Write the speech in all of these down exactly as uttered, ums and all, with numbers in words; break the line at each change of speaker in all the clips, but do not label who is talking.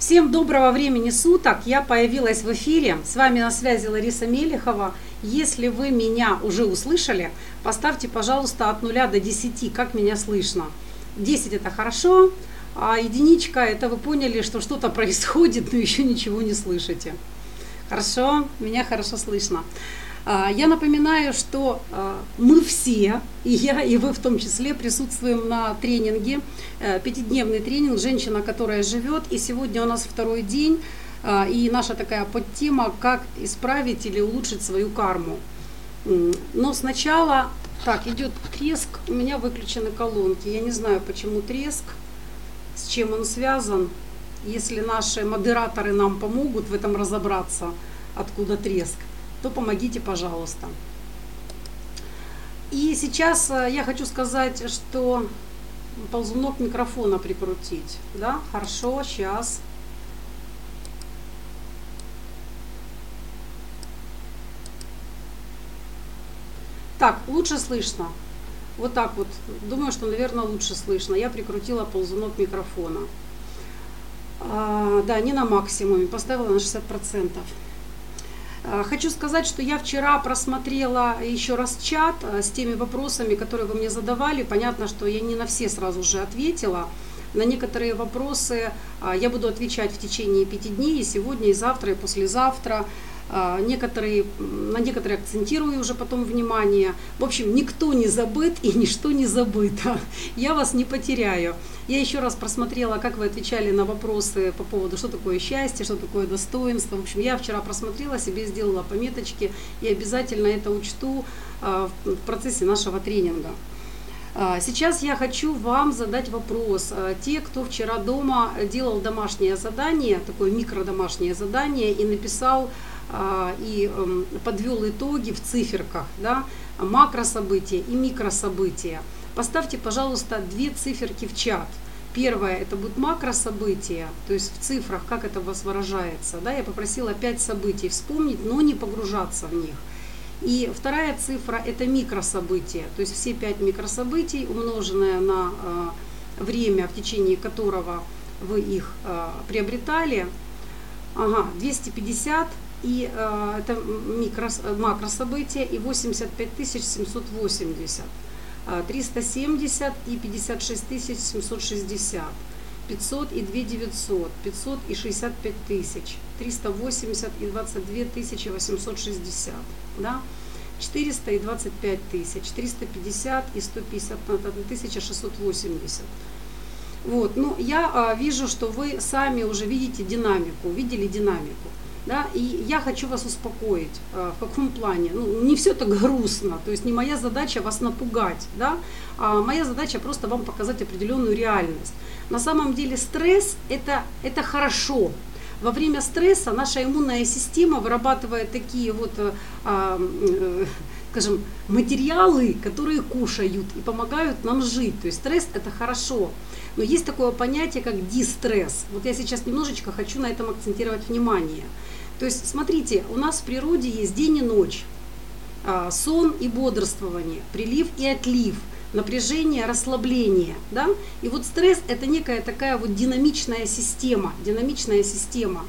Всем доброго времени суток, я появилась в эфире, с вами на связи Лариса Мелехова. Если вы меня уже услышали, поставьте, пожалуйста, от нуля до десяти, как меня слышно. десять это хорошо, а единичка это вы поняли, что что-то происходит, но еще ничего не слышите. Хорошо, меня хорошо слышно. Я напоминаю, что мы все, и я, и вы в том числе, присутствуем на тренинге, пятидневный тренинг «Женщина, которая живет». И сегодня у нас второй день, и наша такая подтема «Как исправить или улучшить свою карму». Но сначала, так, идет треск, у меня выключены колонки. Я не знаю, почему треск, с чем он связан. Если наши модераторы нам помогут в этом разобраться, откуда треск, то помогите, пожалуйста. И сейчас я хочу сказать, что ползунок микрофона прикрутить. Да, хорошо, сейчас. Так, лучше слышно. Вот так вот. Думаю, что, наверное, лучше слышно. Я прикрутила ползунок микрофона. А, да, не на максимуме, поставила на шестьдесят процентов. Хочу сказать, что я вчера просмотрела еще раз чат с теми вопросами, которые вы мне задавали. Понятно, что я не на все сразу же ответила. На некоторые вопросы я буду отвечать в течение пяти дней, и сегодня, и завтра, и послезавтра. Некоторые, на некоторые акцентирую уже потом внимание. В общем, никто не забыт и ничто не забыто. Я вас не потеряю. Я еще раз просмотрела, как вы отвечали на вопросы по поводу, что такое счастье, что такое достоинство. В общем, я вчера просмотрела, себе сделала пометочки и обязательно это учту в процессе нашего тренинга. Сейчас я хочу вам задать вопрос. Те, кто вчера дома делал домашнее задание, такое микродомашнее задание, и написал и подвел итоги в циферках, да, макрособытия и микрособытия. Поставьте, пожалуйста, две циферки в чат. Первое это будет макрособытия, то есть в цифрах, как это у вас выражается. Да, я попросила пять событий вспомнить, но не погружаться в них. И вторая цифра это микрособытия, то есть все пять микрособытий, умноженное на э, время, в течение которого вы их э, приобретали. Ага, двести пятьдесят. И э, это микро, макрособытия, и восемьдесят пять тысяч семьсот восемьдесят, триста семьдесят и пятьдесят шесть тысяч семьсот шестьдесят, пятьсот и две тысячи девятьсот, пятьсот и шестьдесят пять тысяч, триста восемьдесят и двадцать две тысячи восемьсот шестьдесят, да? четыреста и двадцать пять тысяч, триста пятьдесят и сто пятьдесят одна тысяча шестьсот восемьдесят. Вот, ну я э, вижу, что вы сами уже видите динамику, видели динамику. Да, и я хочу вас успокоить. В каком плане? Ну, не все так грустно, то есть не моя задача вас напугать, да, а моя задача просто вам показать определенную реальность. На самом деле стресс это, это хорошо. Во время стресса наша иммунная система вырабатывает такие вот, а, скажем, материалы, которые кушают и помогают нам жить. То есть стресс это хорошо. Но есть такое понятие, как дистресс. Вот я сейчас немножечко хочу на этом акцентировать внимание. То есть, смотрите, у нас в природе есть день и ночь, сон и бодрствование, прилив и отлив, напряжение, расслабление. Да? И вот стресс это некая такая вот динамичная система, динамичная система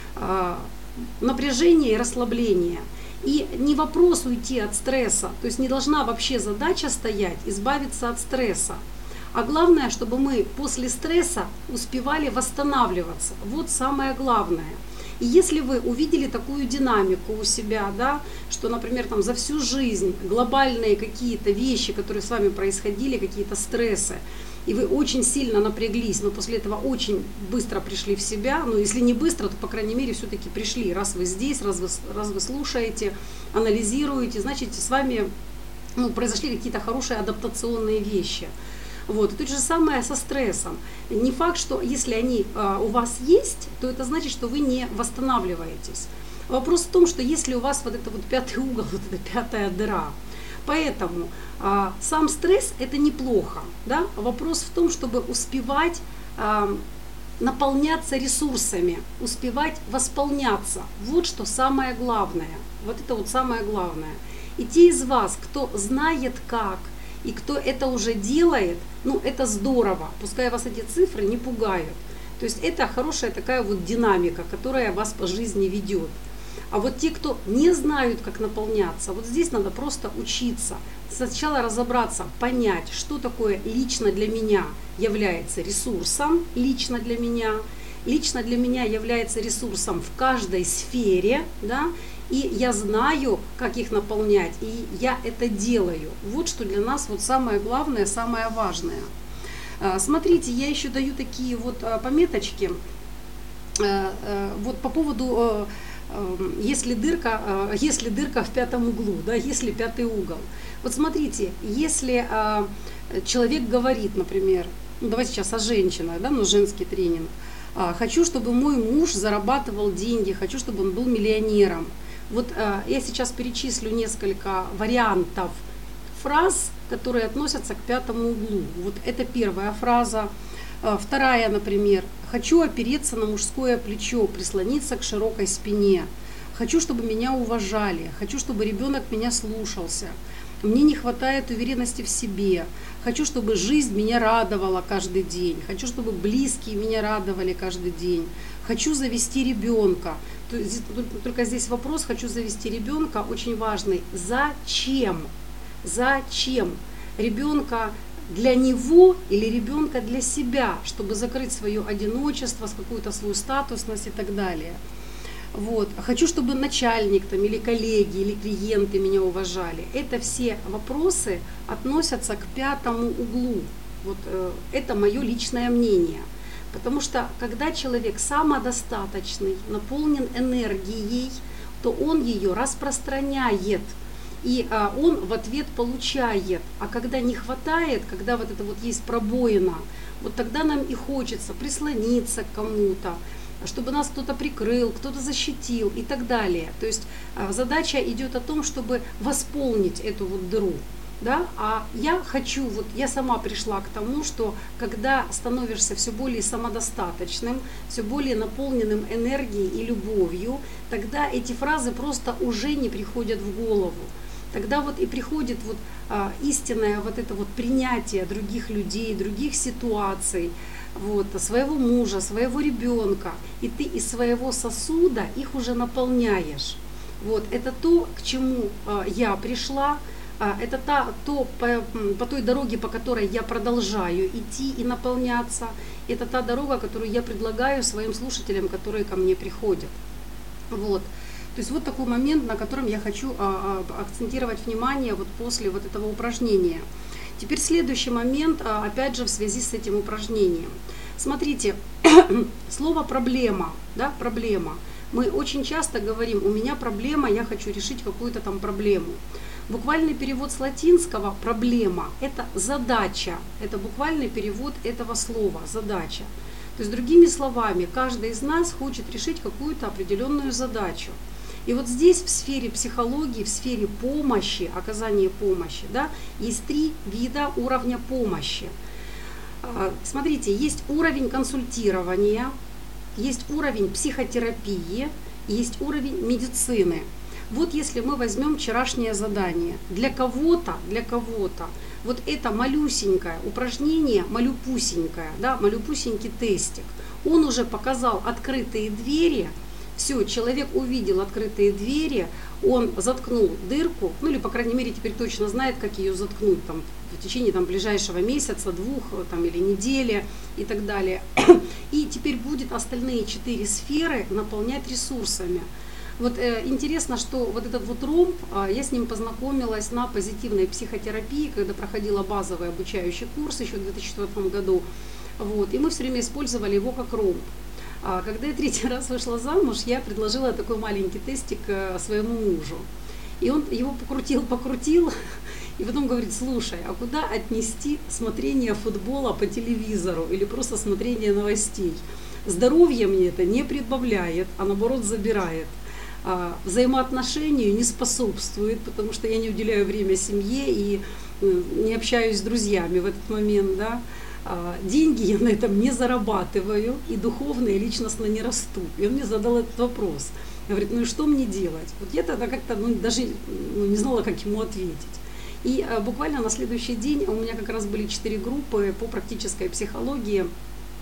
напряжения и расслабления. И не вопрос уйти от стресса, то есть не должна вообще задача стоять избавиться от стресса. А главное, чтобы мы после стресса успевали восстанавливаться. Вот самое главное. И если вы увидели такую динамику у себя, да, что, например, там, за всю жизнь глобальные какие-то вещи, которые с вами происходили, какие-то стрессы, и вы очень сильно напряглись, но после этого очень быстро пришли в себя, ну если не быстро, то, по крайней мере, все-таки пришли. Раз вы здесь, раз вы, раз вы слушаете, анализируете, значит, с вами ну, произошли какие-то хорошие адаптационные вещи. Вот. И то же самое со стрессом. Не факт, что если они а, у вас есть, то это значит, что вы не восстанавливаетесь. Вопрос в том, что если у вас вот это вот пятый угол, вот эта пятая дыра, поэтому а, сам стресс это неплохо. Да? Вопрос в том, чтобы успевать а, наполняться ресурсами, успевать восполняться. Вот что самое главное. Вот это вот самое главное. И те из вас, кто знает как, и кто это уже делает, ну это здорово, пускай вас эти цифры не пугают. То есть это хорошая такая вот динамика, которая вас по жизни ведет. А вот те, кто не знают, как наполняться, вот здесь надо просто учиться. Сначала разобраться, понять, что такое лично для меня является ресурсом, лично для меня. Лично для меня является ресурсом в каждой сфере, да, и я знаю, как их наполнять, и я это делаю. Вот что для нас вот самое главное, самое важное. Смотрите, я еще даю такие вот пометочки, вот по поводу, если дырка, если дырка в пятом углу, да, если пятый угол. Вот смотрите, если человек говорит, например, ну давайте сейчас о женщинах, да, ну женский тренинг, хочу, чтобы мой муж зарабатывал деньги, хочу, чтобы он был миллионером. Вот я сейчас перечислю несколько вариантов фраз, которые относятся к пятому углу. Вот это первая фраза. Вторая, например, хочу опереться на мужское плечо, прислониться к широкой спине. Хочу, чтобы меня уважали. Хочу, чтобы ребенок меня слушался. Мне не хватает уверенности в себе. Хочу, чтобы жизнь меня радовала каждый день. Хочу, чтобы близкие меня радовали каждый день. Хочу завести ребенка. Только здесь вопрос, хочу завести ребенка, очень важный. Зачем? Зачем? Ребенка для него или ребенка для себя, чтобы закрыть свое одиночество, какую-то свою статусность и так далее. Вот. Хочу, чтобы начальник там, или коллеги, или клиенты меня уважали. Это все вопросы относятся к пятому углу. Вот, э, это мое личное мнение. Потому что когда человек самодостаточный, наполнен энергией, то он ее распространяет. И а, он в ответ получает. А когда не хватает, когда вот это вот есть пробоина, вот тогда нам и хочется прислониться к кому-то, чтобы нас кто-то прикрыл, кто-то защитил и так далее. То есть а, задача идет о том, чтобы восполнить эту вот дыру. Да? А я хочу, вот я сама пришла к тому, что когда становишься все более самодостаточным, все более наполненным энергией и любовью, тогда эти фразы просто уже не приходят в голову. Тогда вот и приходит вот а, истинное вот это вот принятие других людей, других ситуаций, вот, своего мужа, своего ребенка, и ты из своего сосуда их уже наполняешь. Вот, это то, к чему а, я пришла, а, это та, то, по, по той дороге, по которой я продолжаю идти и наполняться, это та дорога, которую я предлагаю своим слушателям, которые ко мне приходят. Вот. То есть вот такой момент, на котором я хочу а, а, акцентировать внимание вот после вот этого упражнения. Теперь следующий момент, а, опять же в связи с этим упражнением. Смотрите, слово проблема, да, проблема. Мы очень часто говорим, у меня проблема, я хочу решить какую-то там проблему. Буквальный перевод с латинского проблема – это задача, это буквальный перевод этого слова, задача. То есть другими словами, каждый из нас хочет решить какую-то определенную задачу. И вот здесь в сфере психологии, в сфере помощи, оказания помощи, да, есть три вида уровня помощи. Смотрите, есть уровень консультирования, есть уровень психотерапии, есть уровень медицины. Вот если мы возьмем вчерашнее задание, для кого-то, для кого-то, вот это малюсенькое упражнение, малюпусенькое, да, малюпусенький тестик, он уже показал открытые двери. Все, человек увидел открытые двери, он заткнул дырку, ну или, по крайней мере, теперь точно знает, как ее заткнуть там, в течение там, ближайшего месяца, двух там, или недели и так далее. И теперь будет остальные четыре сферы наполнять ресурсами. Вот э, интересно, что вот этот вот ромб, э, я с ним познакомилась на позитивной психотерапии, когда проходила базовый обучающий курс еще в две тысячи четвёртом году. Вот, и мы все время использовали его как ромб. А когда я третий раз вышла замуж, я предложила такой маленький тестик своему мужу. И он его покрутил, покрутил, и потом говорит, слушай, а куда отнести смотрение футбола по телевизору или просто смотрение новостей? Здоровье мне это не прибавляет, а наоборот забирает. А взаимоотношению не способствует, потому что я не уделяю время семье и не общаюсь с друзьями в этот момент, да. Деньги я на этом не зарабатываю, и духовно, и личностно не расту. И он мне задал этот вопрос. Говорит, ну и что мне делать? Вот я тогда как-то ну, даже ну, не знала, как ему ответить. И а, буквально на следующий день у меня как раз были четыре группы по практической психологии.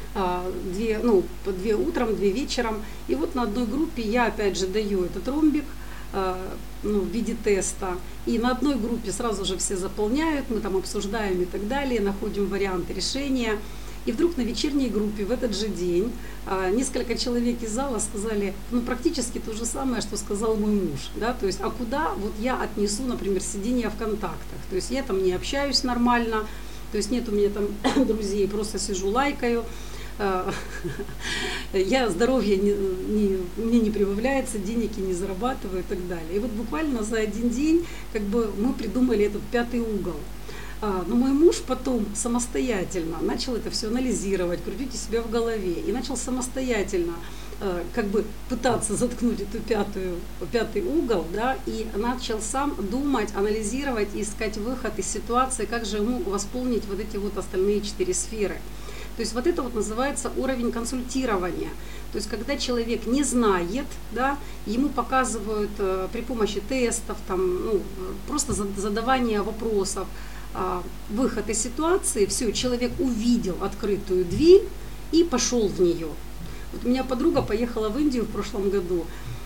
две, ну, по две утром, две вечером. И вот на одной группе я опять же даю этот ромбик, ну, в виде теста. И на одной группе сразу же все заполняют, мы там обсуждаем и так далее, находим варианты решения. И вдруг на вечерней группе в этот же день несколько человек из зала сказали, ну, практически то же самое, что сказал мой муж, да, то есть, а куда вот я отнесу, например, сидение в контактах, то есть я там не общаюсь нормально, то есть нет у меня там друзей, просто сижу, лайкаю, я здоровье не, не, мне не прибавляется, денег я не зарабатываю и так далее. И вот буквально за один день как бы мы придумали этот пятый угол. Но мой муж потом самостоятельно начал это все анализировать, крутить у себя в голове и начал самостоятельно как бы пытаться заткнуть эту пятую, пятый угол, да, и начал сам думать, анализировать, искать выход из ситуации, как же ему восполнить вот эти вот остальные четыре сферы. То есть вот это вот называется уровень консультирования. То есть когда человек не знает, да, ему показывают э, при помощи тестов, там, ну, просто задавания вопросов, э, выход из ситуации, все, человек увидел открытую дверь и пошел в нее. Вот у меня подруга поехала в Индию в прошлом году,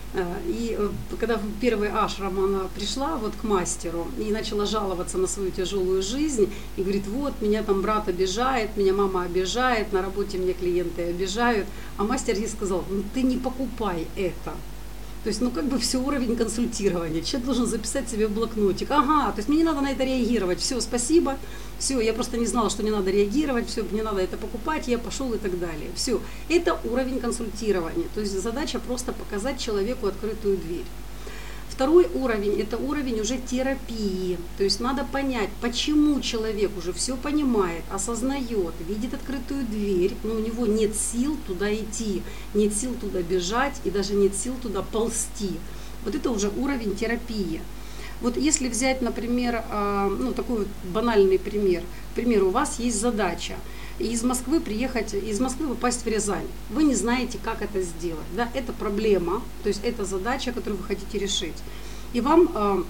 и когда в первый ашрам она пришла вот к мастеру и начала жаловаться на свою тяжелую жизнь, и говорит, вот, меня там брат обижает, меня мама обижает, на работе мне клиенты обижают, а мастер ей сказал, ну ты не покупай это. То есть, ну, как бы все уровень консультирования. Человек должен записать себе в блокнотик. Ага, то есть мне не надо на это реагировать. Все, спасибо. Все, я просто не знала, что не надо реагировать. Все, не надо это покупать. Я пошел и так далее. Все, это уровень консультирования. То есть задача просто показать человеку открытую дверь. Второй уровень – это уровень уже терапии. То есть надо понять, почему человек уже все понимает, осознает, видит открытую дверь, но у него нет сил туда идти, нет сил туда бежать и даже нет сил туда ползти. Вот это уже уровень терапии. Вот если взять, например, ну, такой вот банальный пример. К примеру, у вас есть задача из Москвы приехать, из Москвы попасть в Рязань. Вы не знаете, как это сделать. Да? Это проблема, то есть это задача, которую вы хотите решить. И вам, э,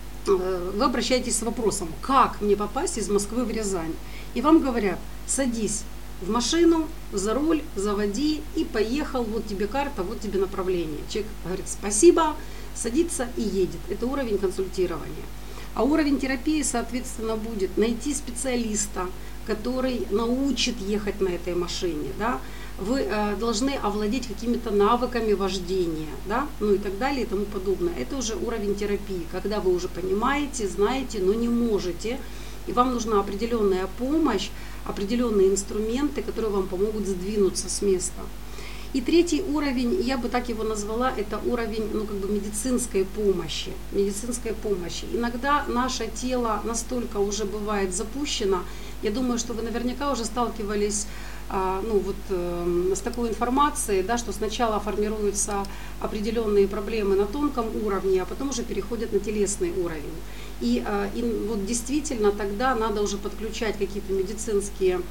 э, вы обращаетесь с вопросом, как мне попасть из Москвы в Рязань. И вам говорят, садись в машину, за руль, заводи и поехал, вот тебе карта, вот тебе направление. Человек говорит, спасибо, садится и едет. Это уровень консультирования. А уровень терапии, соответственно, будет найти специалиста, который научит ехать на этой машине, да? Вы э, должны овладеть какими-то навыками вождения, да? Ну и так далее и тому подобное. Это уже уровень терапии, когда вы уже понимаете, знаете, но не можете, и вам нужна определенная помощь, определенные инструменты, которые вам помогут сдвинуться с места. И третий уровень, я бы так его назвала, это уровень, ну, как бы медицинской помощи. Медицинской помощи. Иногда наше тело настолько уже бывает запущено. Я думаю, что вы наверняка уже сталкивались а, ну, вот, э, с такой информацией, да, что сначала формируются определенные проблемы на тонком уровне, а потом уже переходят на телесный уровень. И, а, и вот действительно тогда надо уже подключать какие-то медицинские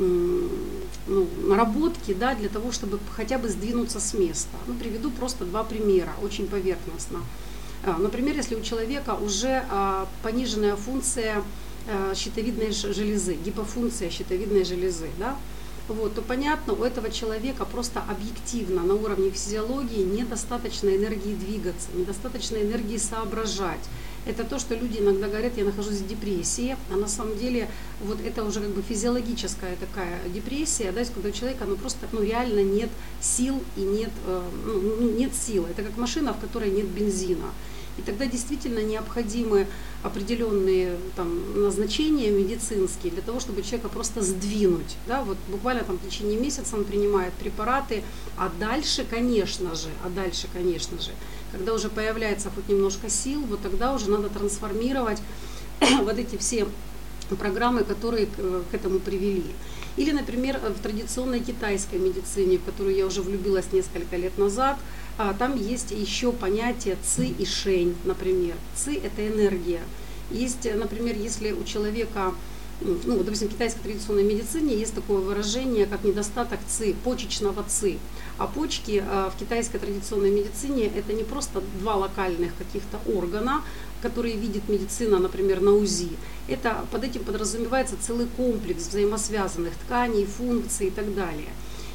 ну, наработки, да, для того, чтобы хотя бы сдвинуться с места. Ну, приведу просто два примера, очень поверхностно. Например, если у человека уже пониженная функция щитовидной железы, гипофункция щитовидной железы, да, вот, то понятно, у этого человека просто объективно на уровне физиологии недостаточно энергии двигаться, недостаточно энергии соображать. Это то, что люди иногда говорят, я нахожусь в депрессии, а на самом деле вот это уже как бы физиологическая такая депрессия, да, когда у человека ну, просто ну, реально нет сил и нет, ну, нет сил. Это как машина, в которой нет бензина. И тогда действительно необходимы определенные там, назначения медицинские для того, чтобы человека просто сдвинуть. Да? Вот буквально там, в течение месяца он принимает препараты, а дальше, конечно же, а дальше, конечно же, когда уже появляется хоть немножко сил, вот тогда уже надо трансформировать вот эти все программы, которые к этому привели. Или, например, в традиционной китайской медицине, в которую я уже влюбилась несколько лет назад, там есть еще понятие ци и шень, например. Ци – это энергия. Есть, например, если у человека, ну, допустим, в китайской традиционной медицине есть такое выражение, как недостаток ци, почечного ци. А почки в китайской традиционной медицине – это не просто два локальных каких-то органа, которые видит медицина, например, на УЗИ. Это, под этим подразумевается целый комплекс взаимосвязанных тканей, функций и так далее.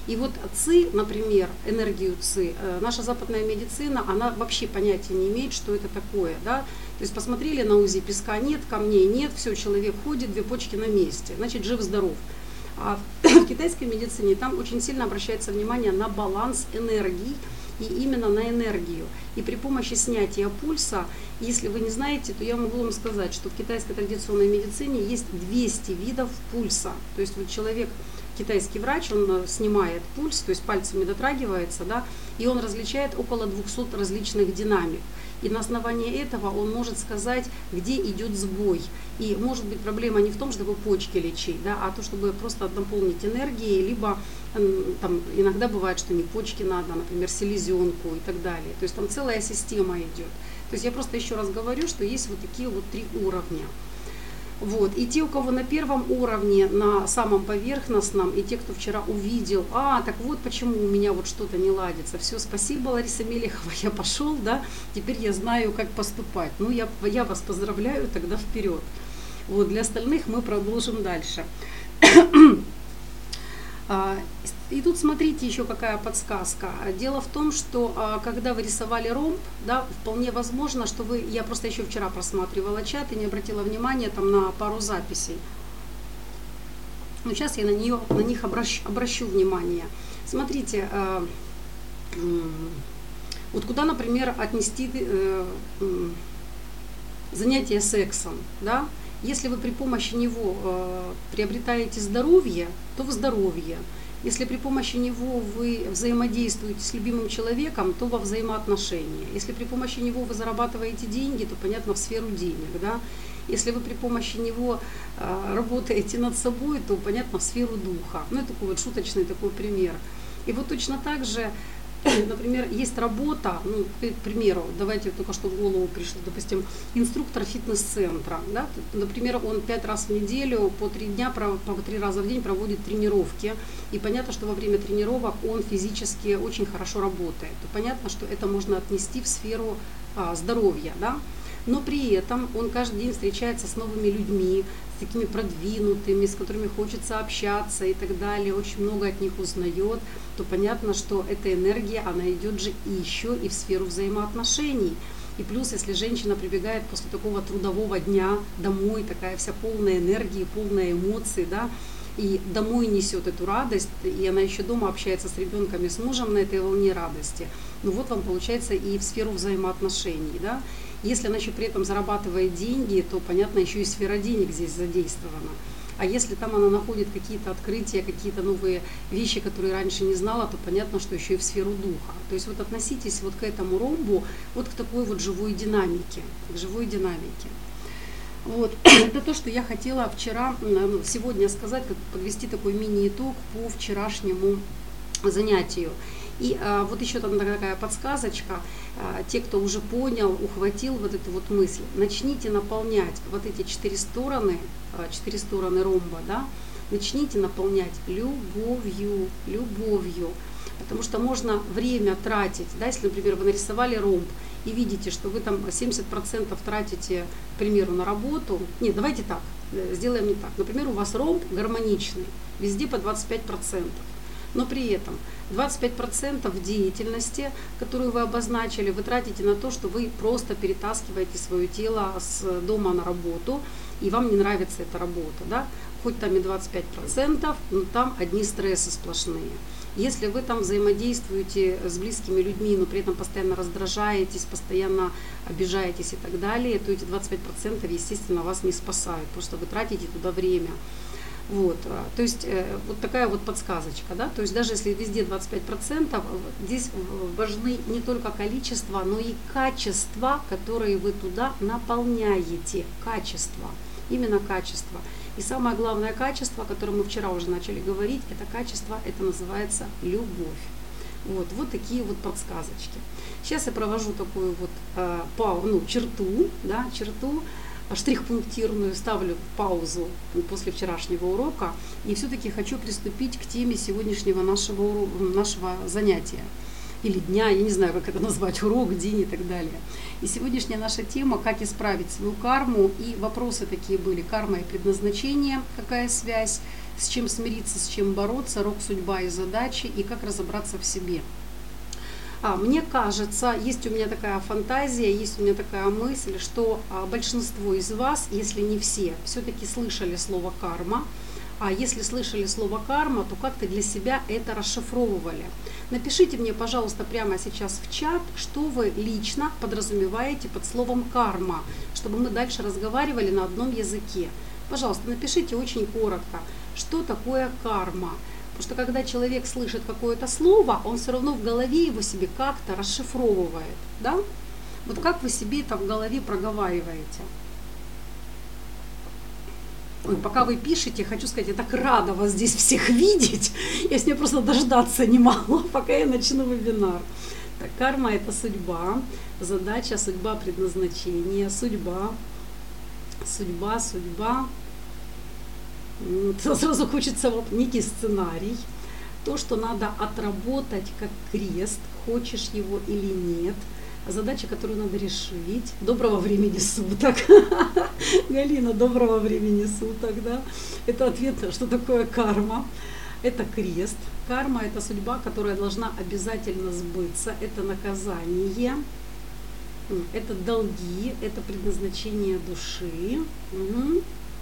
И вот ЦИ, например, энергию ЦИ, наша западная медицина, она вообще понятия не имеет, что это такое. Да? То есть посмотрели на УЗИ, песка нет, камней нет, все, человек ходит, две почки на месте, значит, жив-здоров. А в китайской медицине там очень сильно обращается внимание на баланс энергии и именно на энергию. И при помощи снятия пульса, если вы не знаете, то я могу вам сказать, что в китайской традиционной медицине есть двести видов пульса. То есть вот человек, китайский врач, он снимает пульс, то есть пальцами дотрагивается, да, и он различает около двухсот различных динамик. И на основании этого он может сказать, где идет сбой. И может быть проблема не в том, чтобы почки лечить, да, а то, чтобы просто наполнить энергией, либо там, иногда бывает, что не почки надо, например, селезенку и так далее. То есть там целая система идет. То есть я просто еще раз говорю, что есть вот такие вот три уровня. Вот. И те, у кого на первом уровне, на самом поверхностном, и те, кто вчера увидел, а, так вот почему у меня вот что-то не ладится. Все, спасибо, Лариса Мелехова, я пошел, да, теперь я знаю, как поступать. Ну, я, я вас поздравляю, тогда вперед. Вот, для остальных мы продолжим дальше. И тут смотрите еще какая подсказка. Дело в том, что когда вы рисовали ромб, да, вполне возможно, что вы, я просто еще вчера просматривала чат и не обратила внимания там на пару записей. Но сейчас я на, нее, на них обращу, обращу внимание. Смотрите, э, э, вот куда, например, отнести э, э, занятие сексом, да? Если вы при помощи него э, приобретаете здоровье, то в здоровье. Если при помощи него вы взаимодействуете с любимым человеком, то во взаимоотношения. Если при помощи него вы зарабатываете деньги, то, понятно, в сферу денег. Да? Если вы при помощи него э, работаете над собой, то, понятно, в сферу духа. Ну, это такой вот шуточный такой пример. И вот точно так же, например, есть работа, ну, к примеру, давайте только что в голову пришло, допустим, инструктор фитнес-центра, да, например, он пять раз в неделю по три дня, по три раза в день проводит тренировки, и понятно, что во время тренировок он физически очень хорошо работает, то понятно, что это можно отнести в сферу а, здоровья, да, но при этом он каждый день встречается с новыми людьми, с такими продвинутыми, с которыми хочется общаться и так далее, очень много от них узнает, то понятно, что эта энергия, она идет же и еще и в сферу взаимоотношений. И плюс, если женщина прибегает после такого трудового дня домой, такая вся полная энергии, полная эмоций, да, и домой несет эту радость, и она еще дома общается с ребенком и с мужем на этой волне радости, ну вот вам получается и в сферу взаимоотношений, да. Если она еще при этом зарабатывает деньги, то, понятно, еще и сфера денег здесь задействована. А если там она находит какие-то открытия, какие-то новые вещи, которые раньше не знала, то понятно, что еще и в сферу духа. То есть вот относитесь вот к этому ромбу, вот к такой вот живой динамике, к живой динамике. Вот. Это то, что я хотела вчера, сегодня сказать, как подвести такой мини-итог по вчерашнему занятию. И а, вот еще там такая подсказочка, а, те, кто уже понял, ухватил вот эту вот мысль, начните наполнять вот эти четыре стороны, а, четыре стороны ромба, да, начните наполнять любовью, любовью, потому что можно время тратить, да, если, например, вы нарисовали ромб и видите, что вы там семьдесят процентов тратите, к примеру, на работу, нет, давайте так, сделаем не так, например, у вас ромб гармоничный, везде по двадцать пять процентов. Но при этом двадцать пять процентов деятельности, которую вы обозначили, вы тратите на то, что вы просто перетаскиваете свое тело с дома на работу, и вам не нравится эта работа, да? Хоть там и двадцать пять процентов, но там одни стрессы сплошные. Если вы там взаимодействуете с близкими людьми, но при этом постоянно раздражаетесь, постоянно обижаетесь и так далее, то эти двадцать пять процентов, естественно, вас не спасают, просто вы тратите туда время. Вот, то есть вот такая вот подсказочка, да, то есть даже если везде двадцать пять процентов, здесь важны не только количество, но и качества, которые вы туда наполняете, качество, именно качество. И самое главное качество, о котором мы вчера уже начали говорить, это качество, это называется любовь. Вот, вот такие вот подсказочки. Сейчас я провожу такую вот э, по, ну, черту, да, черту, штрих-пунктирную, ставлю паузу после вчерашнего урока и все-таки хочу приступить к теме сегодняшнего нашего, нашего занятия. или дня, я не знаю, как это назвать, урок, день и так далее. И сегодняшняя наша тема, как исправить свою карму, и вопросы такие были: карма и предназначение, какая связь, с чем смириться, с чем бороться, рок, судьба и задачи, и как разобраться в себе. А, мне кажется, есть у меня такая фантазия, есть у меня такая мысль, что а, большинство из вас, если не все, все-таки слышали слово карма. А если слышали слово карма, то как-то для себя это расшифровывали. Напишите мне, пожалуйста, прямо сейчас в чат, что вы лично подразумеваете под словом карма, чтобы мы дальше разговаривали на одном языке. Пожалуйста, напишите очень коротко, что такое карма. Потому что когда человек слышит какое-то слово, он все равно в голове его себе как-то расшифровывает. Да? Вот как вы себе это в голове проговариваете? Ой, пока вы пишете, хочу сказать, я так рада вас здесь всех видеть. Я с ней просто дождаться не могла, пока я начну вебинар. Так, карма – это судьба, задача, судьба, предназначение, судьба, судьба, судьба. Сразу хочется вот некий сценарий, то, что надо отработать как крест, хочешь его или нет. Задача, которую надо решить. Доброго времени суток. Галина, доброго времени суток. Да? Это ответ, что такое карма. Это крест. Карма – это судьба, которая должна обязательно сбыться. Это наказание. Это долги. Это предназначение души. Угу.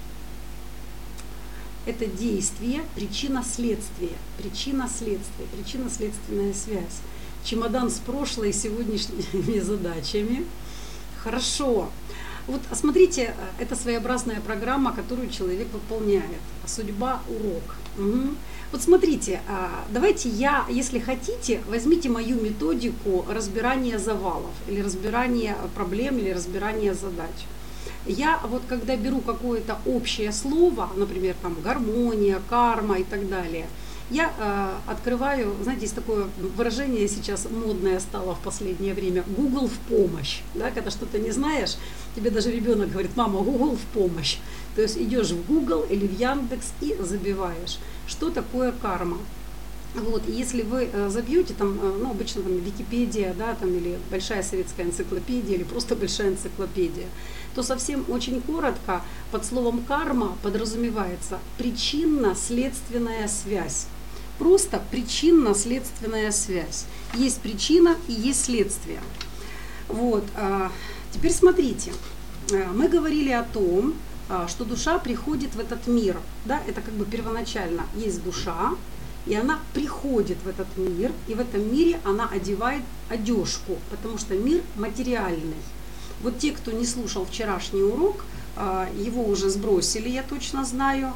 Это действие, причина-следствие. Причина-следствие. Причинно-следственная связь. Чемодан с прошлой и сегодняшними задачами. Хорошо. Вот смотрите, это своеобразная программа, которую человек выполняет. Судьба, урок. Угу. Вот смотрите, давайте я, если хотите, возьмите мою методику разбирания завалов, или разбирания проблем, или разбирания задач. Я вот когда беру какое-то общее слово, например, там гармония, карма и так далее, я э, открываю, знаете, есть такое выражение сейчас модное стало в последнее время: Google в помощь. Да, когда что-то не знаешь, тебе даже ребенок говорит: мама, Google в помощь. То есть идешь в Google или в Яндекс и забиваешь, что такое карма. Вот, и если вы э, забьете, там, э, ну, обычно там Википедия, да, там, или большая советская энциклопедия, или просто большая энциклопедия, то совсем очень коротко под словом карма подразумевается причинно-следственная связь. Просто причинно-следственная связь. Есть причина и есть следствие. Вот, а, теперь смотрите, мы говорили о том, что душа приходит в этот мир. Да, это как бы первоначально есть душа, и она приходит в этот мир, и в этом мире она одевает одежку, потому что мир материальный. Вот те, кто не слушал вчерашний урок, его уже сбросили, я точно знаю,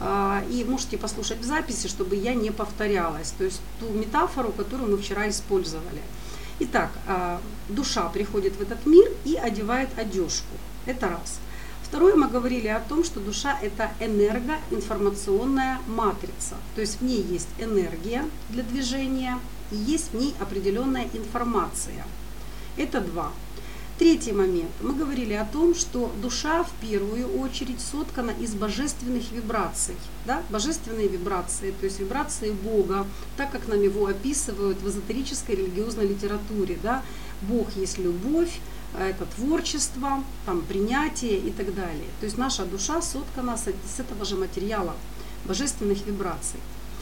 и можете послушать в записи, чтобы я не повторялась, то есть ту метафору, которую мы вчера использовали. Итак, душа приходит в этот мир и одевает одежку, это раз. Второе, мы говорили о том, что душа – это энергоинформационная матрица, то есть в ней есть энергия для движения и есть в ней определенная информация. Это два. Третий момент. Мы говорили о том, что душа в первую очередь соткана из божественных вибраций. Да? Божественные вибрации, то есть вибрации Бога, так как нам его описывают в эзотерической религиозной литературе. Да? Бог есть любовь, это творчество, там, принятие и так далее. То есть наша душа соткана с этого же материала, божественных вибраций.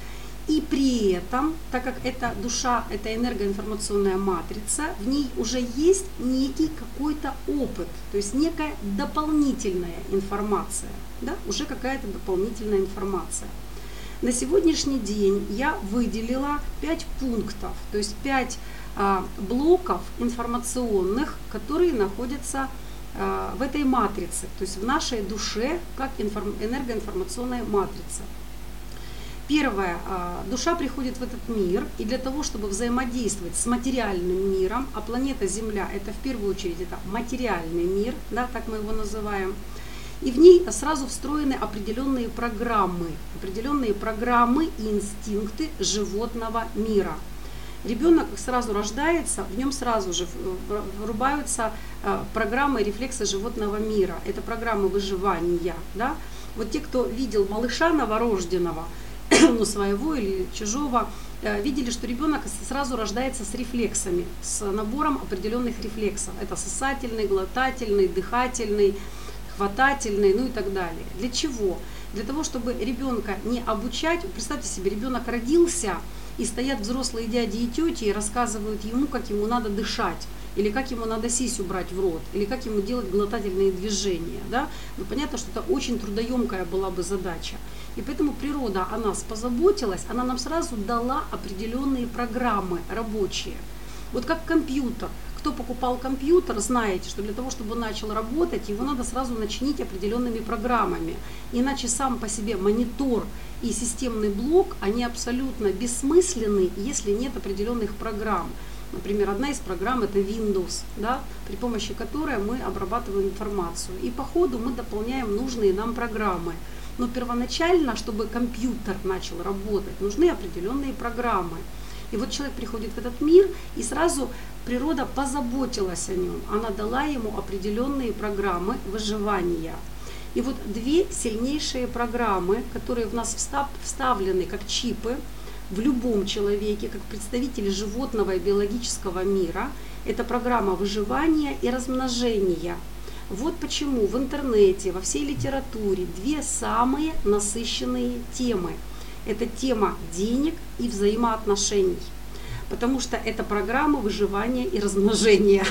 И при этом, так как эта душа, это энергоинформационная матрица, в ней уже есть некий какой-то опыт, то есть некая дополнительная информация, да, уже какая-то дополнительная информация. На сегодняшний день я выделила пять пунктов, то есть пять а, блоков информационных, которые находятся а, в этой матрице, то есть в нашей душе, как информ, энергоинформационная матрица. Первое, душа приходит в этот мир, и для того, чтобы взаимодействовать с материальным миром, а планета Земля это в первую очередь это материальный мир, да, так мы его называем, и в ней сразу встроены определенные программы, определенные программы и инстинкты животного мира. Ребенок сразу рождается, в нем сразу же врубаются программы и рефлексы животного мира, это программы выживания. Да? Вот те, кто видел малыша новорожденного, ну, своего или чужого, видели, что ребенок сразу рождается с рефлексами, с набором определенных рефлексов. Это сосательный, глотательный, дыхательный, хватательный, ну и так далее. Для чего? Для того, чтобы ребенка не обучать. Представьте себе, ребенок родился, и стоят взрослые дяди и тети и рассказывают ему, как ему надо дышать, или как ему надо сисю брать в рот, или как ему делать глотательные движения. Да? Ну, понятно, что это очень трудоемкая была бы задача. И поэтому природа о нас позаботилась, она нам сразу дала определенные программы рабочие. Вот как компьютер. Кто покупал компьютер, знаете, что для того, чтобы он начал работать, его надо сразу начинить определенными программами. Иначе сам по себе монитор и системный блок, они абсолютно бессмысленны, если нет определенных программ. Например, одна из программ это Windows, да, при помощи которой мы обрабатываем информацию. И по ходу мы дополняем нужные нам программы. Но первоначально, чтобы компьютер начал работать, нужны определенные программы. И вот человек приходит в этот мир, и сразу природа позаботилась о нем. Она дала ему определенные программы выживания. И вот две сильнейшие программы, которые в нас вставлены как чипы в любом человеке, как представители животного и биологического мира, это программа выживания и размножения. Вот почему в интернете, во всей литературе две самые насыщенные темы. Это тема денег и взаимоотношений. Потому что это программа выживания и размножения.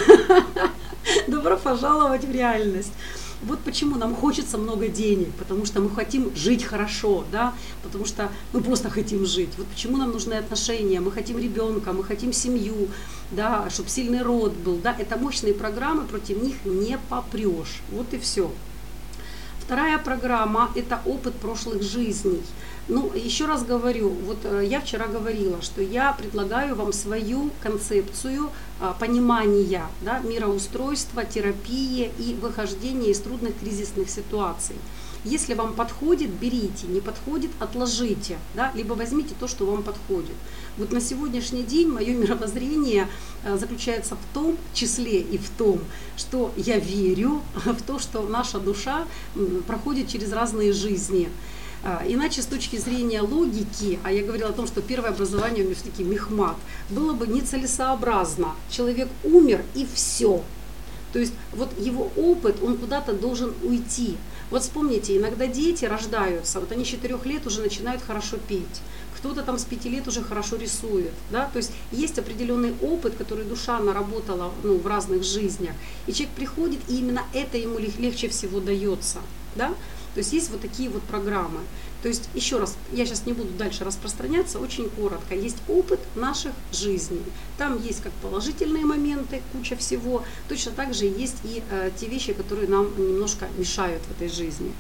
Добро пожаловать в реальность. Вот почему нам хочется много денег, потому что мы хотим жить хорошо, да, потому что мы просто хотим жить. Вот почему нам нужны отношения, мы хотим ребенка, мы хотим семью, да, чтобы сильный род был, да, это мощные программы, против них не попрешь. Вот и все. Вторая программа – это опыт прошлых жизней. Ну, еще раз говорю, вот я вчера говорила, что я предлагаю вам свою концепцию а, понимания, да, мироустройства, терапии и выхождения из трудных кризисных ситуаций. Если вам подходит, берите, не подходит, отложите, да, либо возьмите то, что вам подходит. Вот на сегодняшний день мое мировоззрение заключается в том числе и в том, что я верю в то, что наша душа проходит через разные жизни. Иначе с точки зрения логики, а я говорила о том, что первое образование у меня все-таки мехмат, было бы нецелесообразно. Человек умер и все. То есть вот его опыт, он куда-то должен уйти. Вот вспомните, иногда дети рождаются, вот они с четырёх лет уже начинают хорошо петь. Кто-то там с пяти лет уже хорошо рисует, да, то есть есть определенный опыт, который душа наработала, ну, в разных жизнях, и человек приходит, и именно это ему легче всего дается, да, то есть есть вот такие вот программы. То есть еще раз, я сейчас не буду дальше распространяться, очень коротко, есть опыт наших жизней, там есть как положительные моменты, куча всего, точно так же есть и э, те вещи, которые нам немножко мешают в этой жизни.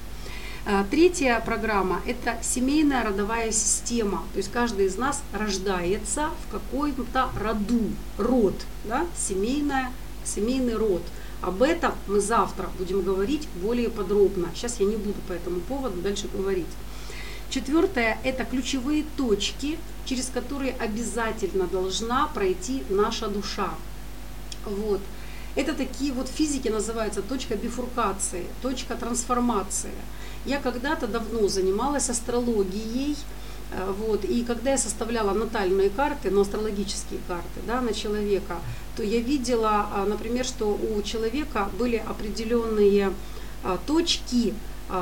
Третья программа – это семейная родовая система. То есть каждый из нас рождается в каком-то роду, род, да? Семейная, семейный род. Об этом мы завтра будем говорить более подробно. Сейчас я не буду по этому поводу дальше говорить. Четвертое – это ключевые точки, через которые обязательно должна пройти наша душа. Вот. Это такие вот физики называются точка бифуркации, точка трансформации. Я когда-то давно занималась астрологией, вот, и когда я составляла натальные карты, ну, астрологические карты, да, на человека, то я видела, например, что у человека были определенные точки,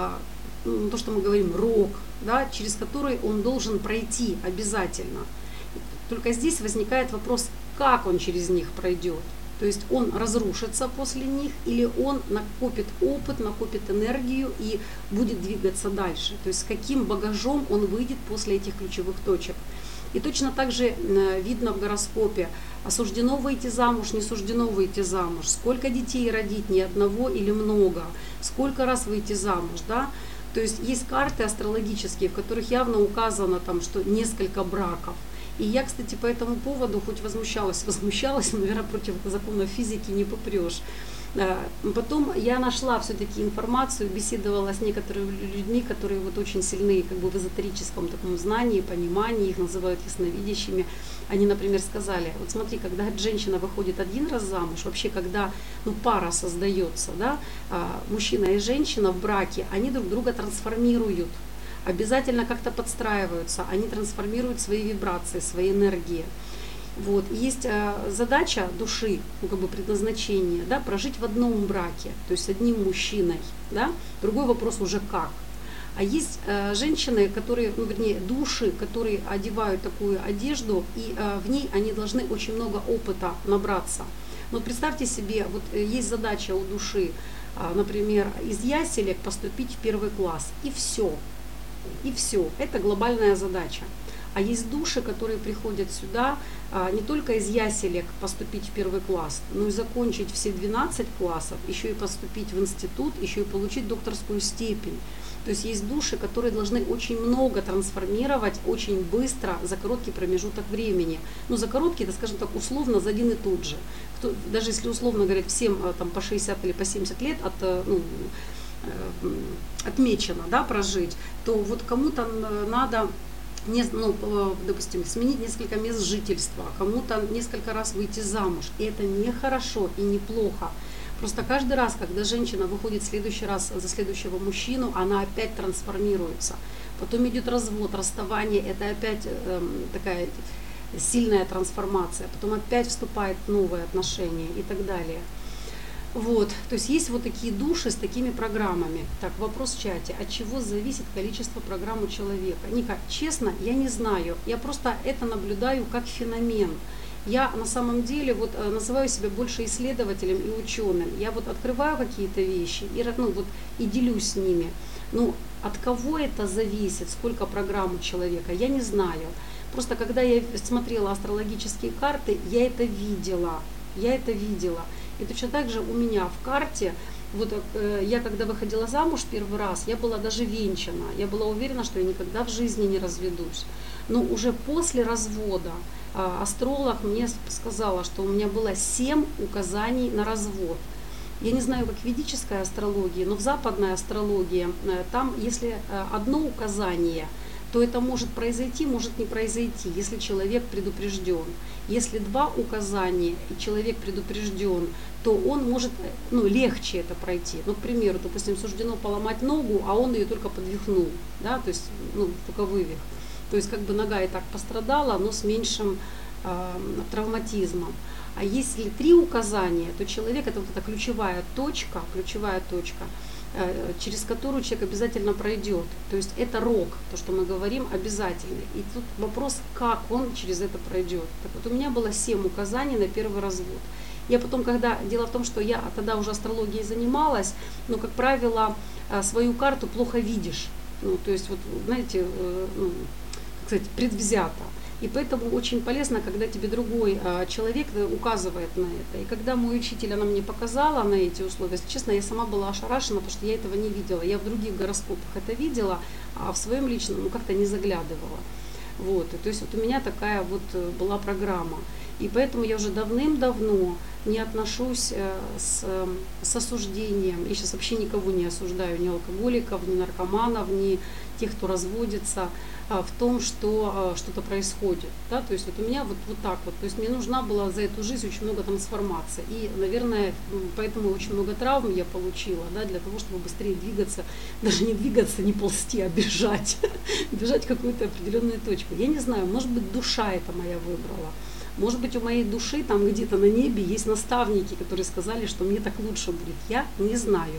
то, что мы говорим, рог, да, через который он должен пройти обязательно. Только здесь возникает вопрос, как он через них пройдет. То есть он разрушится после них, или он накопит опыт, накопит энергию и будет двигаться дальше. То есть с каким багажом он выйдет после этих ключевых точек. И точно так же видно в гороскопе, суждено выйти замуж, не суждено выйти замуж, сколько детей родить, ни одного или много, сколько раз выйти замуж, да. То есть есть карты астрологические, в которых явно указано, там, что несколько браков. И я, кстати, по этому поводу хоть возмущалась, возмущалась, но, наверное, против законов физики не попрешь. Потом я нашла все-таки информацию, беседовала с некоторыми людьми, которые вот очень сильны как бы в эзотерическом таком знании, понимании, их называют ясновидящими. Они, например, сказали, вот смотри, когда женщина выходит один раз замуж, вообще когда, ну, пара создается, да, мужчина и женщина в браке, они друг друга трансформируют. обязательно как-то подстраиваются, они трансформируют свои вибрации, свои энергии. Вот. И есть э, задача души, ну, как бы предназначение, да, прожить в одном браке, то есть с одним мужчиной. Да? Другой вопрос уже как. А есть э, женщины, которые, ну, вернее, души, которые одевают такую одежду, и э, в ней они должны очень много опыта набраться. Но представьте себе, вот э, есть задача у души, э, например, из яселек поступить в первый класс, и все. И все. Это глобальная задача. А есть души, которые приходят сюда а, не только из яселек поступить в первый класс, но и закончить все двенадцать классов, еще и поступить в институт, еще и получить докторскую степень. То есть есть души, которые должны очень много трансформировать, очень быстро, за короткий промежуток времени. Ну, за короткий, это, скажем так, условно, за один и тот же. Кто, даже если условно говорят, всем там, по шестьдесят или по семьдесят лет от, ну, отмечено, да, прожить, то вот кому-то надо, не, ну, допустим, сменить несколько мест жительства, кому-то несколько раз выйти замуж. И это не хорошо и не плохо. Просто каждый раз, когда женщина выходит в следующий раз за следующего мужчину, она опять трансформируется. Потом идет развод, расставание, это опять э, такая сильная трансформация. Потом опять вступает новые отношения и так далее. Вот, то есть есть вот такие души с такими программами. Так, вопрос в чате. От чего зависит количество программ у человека? Ника, честно, я не знаю. Я просто это наблюдаю как феномен. Я на самом деле вот называю себя больше исследователем и ученым. Я вот открываю какие-то вещи и, ну, вот, и делюсь с ними. Ну, от кого это зависит, сколько программ у человека, я не знаю. Просто когда я смотрела астрологические карты, я это видела. Я это видела. И точно так же у меня в карте, вот э, я когда выходила замуж первый раз, я была даже венчана. Я была уверена, что я никогда в жизни не разведусь. Но уже после развода э, астролог мне сказала, что у меня было семь указаний на развод. Я не знаю, как в ведической астрологии, но в западной астрологии э, там, если э, одно указание, то это может произойти, может не произойти, если человек предупрежден. Если два указания и человек предупрежден, то он может, ну, легче это пройти. Ну, к примеру, допустим, суждено поломать ногу, а он ее только подвихнул, да, то есть, ну, только вывих. То есть как бы нога и так пострадала, но с меньшим э, травматизмом. А если три указания, то человек, это вот эта ключевая точка, ключевая точка, э, через которую человек обязательно пройдет. То есть это рог, то, что мы говорим, обязательно. И тут вопрос, как он через это пройдет. Так вот, у меня было семь указаний на первый развод. Я потом, когда, дело в том, что я тогда уже астрологией занималась, но, как правило, свою карту плохо видишь. Ну, то есть, вот, знаете, ну, как сказать, предвзято. И поэтому очень полезно, когда тебе другой человек указывает на это. И когда мой учитель, она мне показала на эти условия, если честно, я сама была ошарашена, потому что я этого не видела. Я в других гороскопах это видела, а в своем личном, ну, как-то не заглядывала. Вот. И, то есть вот у меня такая вот была программа. И поэтому я уже давным-давно не отношусь с, с осуждением. Я сейчас вообще никого не осуждаю, ни алкоголиков, ни наркоманов, ни тех, кто разводится, в том, что что-то происходит. Да? То есть вот у меня вот, вот так вот. То есть мне нужна была за эту жизнь очень много трансформаций. И, наверное, поэтому очень много травм я получила, да, для того, чтобы быстрее двигаться. Даже не двигаться, не ползти, а бежать. Бежать в какую-то определенную точку. Я не знаю, может быть, душа это моя выбрала. Может быть, у моей души там где-то на небе есть наставники, которые сказали, что мне так лучше будет. Я не знаю.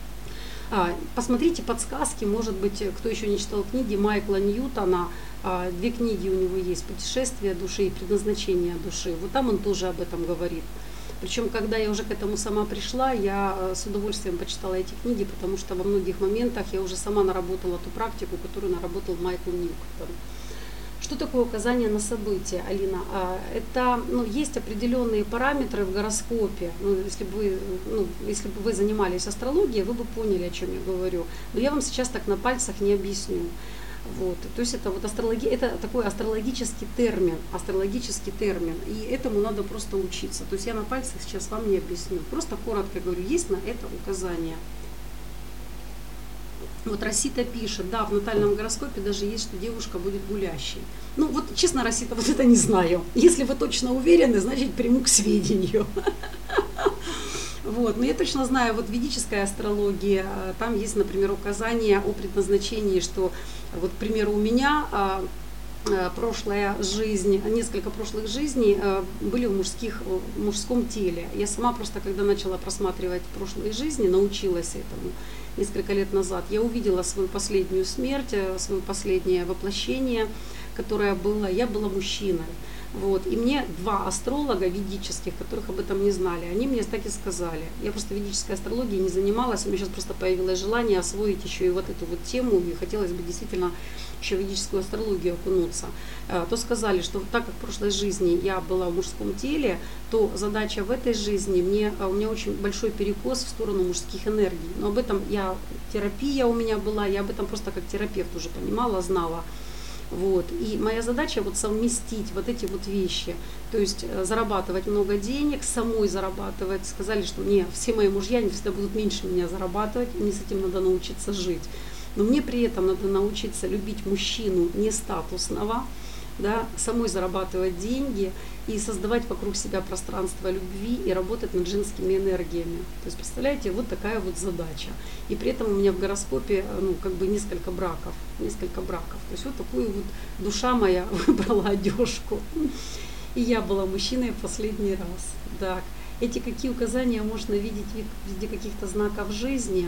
Посмотрите подсказки, может быть, кто еще не читал книги Майкла Ньютона, две книги у него есть, «Путешествие души» и «Предназначение души». Вот там он тоже об этом говорит. Причем, когда я уже к этому сама пришла, я с удовольствием почитала эти книги, потому что во многих моментах я уже сама наработала ту практику, которую наработал Майкл Ньютон. Что такое указание на события, Алина? Это, ну, есть определенные параметры в гороскопе. Ну, если бы вы, ну, если бы вы занимались астрологией, вы бы поняли, о чем я говорю. Но я вам сейчас так на пальцах не объясню. Вот. То есть это вот астрология, это такой астрологический термин, астрологический термин, и этому надо просто учиться. То есть я на пальцах сейчас вам не объясню. Просто коротко говорю, есть на это указание. Вот Расита пишет, да, в натальном гороскопе даже есть, что девушка будет гулящей. Ну вот честно, Расита, вот это не знаю. Если вы точно уверены, значит приму к сведению. Вот, но я точно знаю, вот ведическая астрология, там есть, например, указание о предназначении, что вот, к примеру, у меня а, а, прошлая жизнь, несколько прошлых жизней а, были в, мужских, в мужском теле. Я сама просто, когда начала просматривать прошлые жизни, научилась этому несколько лет назад, я увидела свою последнюю смерть, свое последнее воплощение, которое было, я была мужчиной. Вот. И мне два астролога ведических, которых об этом не знали, они мне так и сказали. Я просто ведической астрологией не занималась, у меня сейчас просто появилось желание освоить еще и вот эту вот тему, и хотелось бы действительно еще в ведическую астрологию окунуться. То сказали, что так как в прошлой жизни я была в мужском теле, то задача в этой жизни, мне, у меня очень большой перекос в сторону мужских энергий. Но об этом я, терапия у меня была, я об этом просто как терапевт уже понимала, знала. Вот. И моя задача вот совместить вот эти вот вещи, то есть зарабатывать много денег, самой зарабатывать. Сказали, что не, все мои мужья они всегда будут меньше меня зарабатывать, и мне с этим надо научиться жить. Но мне при этом надо научиться любить мужчину не статусного, да, самой зарабатывать деньги и создавать вокруг себя пространство любви и работать над женскими энергиями. То есть, представляете, вот такая вот задача. И при этом у меня в гороскопе, ну, как бы несколько браков, несколько браков. То есть вот такую вот душа моя выбрала одежку. И я была мужчиной в последний раз. Так, эти какие указания можно видеть в виде каких-то знаков жизни?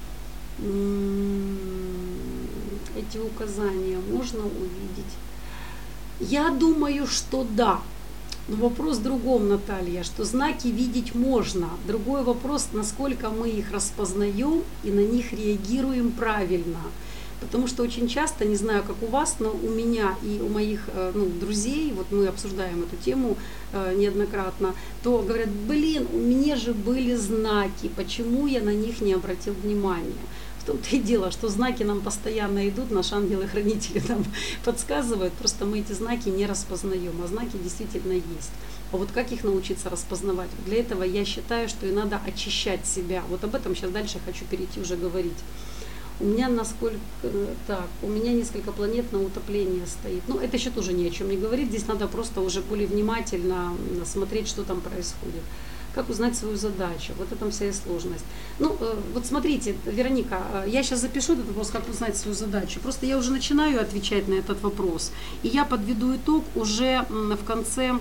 Эти указания можно увидеть. Я думаю, что да. Но вопрос в другом, Наталья, что знаки видеть можно. Другой вопрос, насколько мы их распознаем и на них реагируем правильно. Потому что очень часто, не знаю, как у вас, но у меня и у моих ну, друзей, вот мы обсуждаем эту тему э, неоднократно, то говорят, блин, у меня же были знаки, почему я на них не обратил внимания? В том-то и дело, что знаки нам постоянно идут, наши ангелы-хранители нам подсказывают, просто мы эти знаки не распознаем, а знаки действительно есть. А вот как их научиться распознавать? Для этого я считаю, что и надо очищать себя. Вот об этом сейчас дальше хочу перейти уже говорить. У меня насколько так, у меня несколько планет на утопление стоит. Ну, это еще тоже ни о чем не говорит. Здесь надо просто уже более внимательно смотреть, что там происходит. Как узнать свою задачу? Вот это вся и сложность. Ну, вот смотрите, Вероника, я сейчас запишу этот вопрос, как узнать свою задачу. Просто я уже начинаю отвечать на этот вопрос. И я подведу итог уже в конце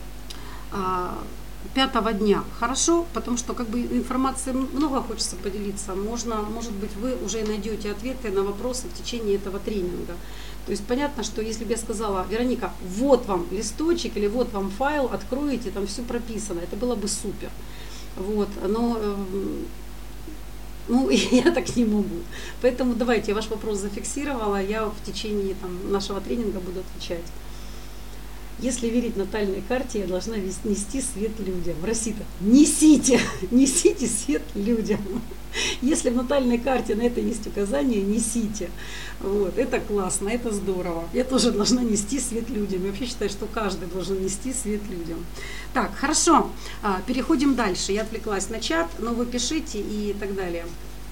пятого дня. Хорошо? Потому что как бы информации много хочется поделиться. Можно, может быть, вы уже найдете ответы на вопросы в течение этого тренинга. То есть понятно, что если бы я сказала, Вероника, вот вам листочек или вот вам файл, откроете, там все прописано, это было бы супер. Вот, но ну, я так не могу. Поэтому давайте, я ваш вопрос зафиксировала, я в течение там, нашего тренинга буду отвечать. Если верить натальной карте, я должна нести свет людям. Росита, несите, несите свет людям. Если в натальной карте на это есть указание, несите. Вот, это классно, это здорово. Я тоже должна нести свет людям. Я вообще считаю, что каждый должен нести свет людям. Так, хорошо, переходим дальше. Я отвлеклась на чат, но вы пишите и так далее.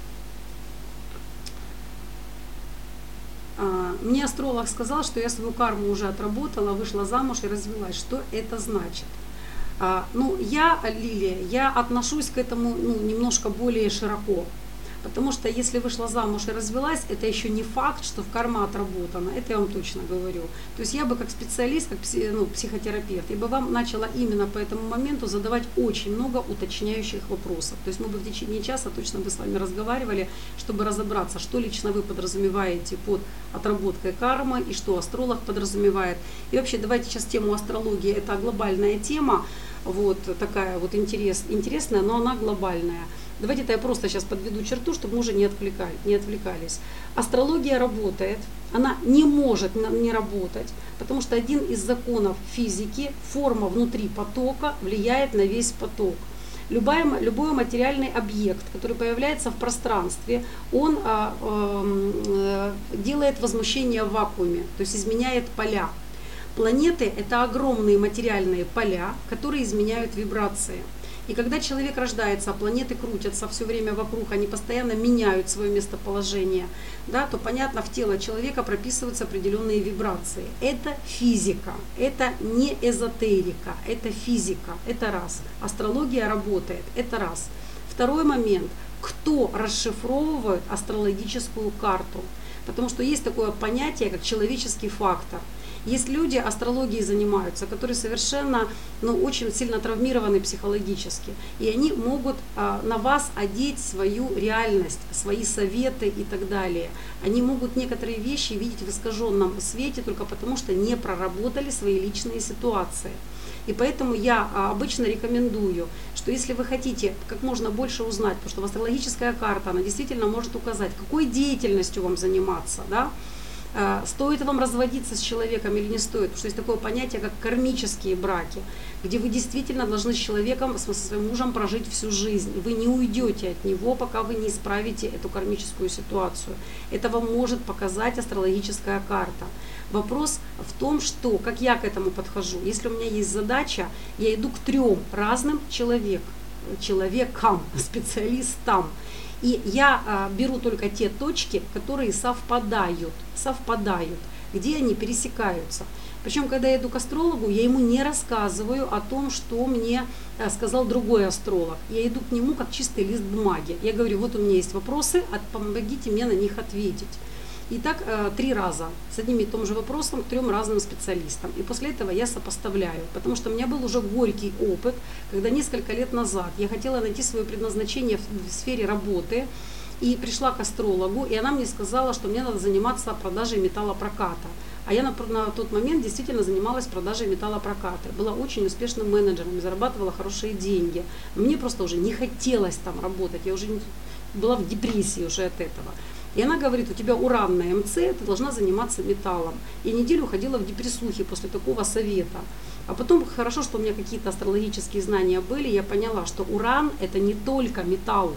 Мне астролог сказал, что я свою карму уже отработала, вышла замуж и развелась. Что это значит? Ну, я, Лилия, я отношусь к этому ну, немножко более широко. Потому что если вышла замуж и развелась, это еще не факт, что карма отработана. Это я вам точно говорю. То есть я бы как специалист, как ну, психотерапевт, я бы вам начала именно по этому моменту задавать очень много уточняющих вопросов. То есть мы бы в течение часа точно бы с вами разговаривали, чтобы разобраться, что лично вы подразумеваете под отработкой кармы и что астролог подразумевает. И вообще давайте сейчас тему астрологии, это глобальная тема, вот такая вот интерес, интересная, но она глобальная. Давайте это я просто сейчас подведу черту, чтобы мы уже не отвлекались, не отвлекались. Астрология работает, она не может не работать, потому что один из законов физики, форма внутри потока влияет на весь поток. Любой, любой материальный объект, который появляется в пространстве, он а, а, делает возмущение в вакууме, то есть изменяет поля. Планеты – это огромные материальные поля, которые изменяют вибрации. И когда человек рождается, а планеты крутятся все время вокруг, они постоянно меняют свое местоположение, да, то понятно, в тело человека прописываются определенные вибрации. Это физика, это не эзотерика, это физика, это раз. Астрология работает, это раз. Второй момент, кто расшифровывает астрологическую карту. Потому что есть такое понятие, как человеческий фактор. Есть люди, астрологией занимаются, которые совершенно, ну, очень сильно травмированы психологически. И они могут а, на вас одеть свою реальность, свои советы и так далее. Они могут некоторые вещи видеть в искаженном свете только потому, что не проработали свои личные ситуации. И поэтому я обычно рекомендую, что если вы хотите как можно больше узнать, потому что астрологическая карта, она действительно может указать, какой деятельностью вам заниматься, да, стоит вам разводиться с человеком или не стоит, потому что есть такое понятие, как кармические браки, где вы действительно должны с человеком, со своим мужем прожить всю жизнь. Вы не уйдете от него, пока вы не исправите эту кармическую ситуацию. Это вам может показать астрологическая карта. Вопрос в том, что, как я к этому подхожу. Если у меня есть задача, я иду к трем разным человек, человекам, специалистам. И я а, беру только те точки, которые совпадают, совпадают, где они пересекаются. Причем, когда я иду к астрологу, я ему не рассказываю о том, что мне а, сказал другой астролог. Я иду к нему как чистый лист бумаги. Я говорю, вот у меня есть вопросы, помогите мне на них ответить. И так э, три раза с одним и том же вопросом к трем разным специалистам. И после этого я сопоставляю, потому что у меня был уже горький опыт, когда несколько лет назад я хотела найти свое предназначение в, в сфере работы и пришла к астрологу, и она мне сказала, что мне надо заниматься продажей металлопроката. А я на, на тот момент действительно занималась продажей металлопроката. Была очень успешным менеджером, зарабатывала хорошие деньги. Но мне просто уже не хотелось там работать, я уже не, была в депрессии уже от этого. И она говорит, у тебя уран на МЦ, ты должна заниматься металлом. И неделю ходила в депрессухе после такого совета. А потом, хорошо, что у меня какие-то астрологические знания были, я поняла, что уран это не только металл.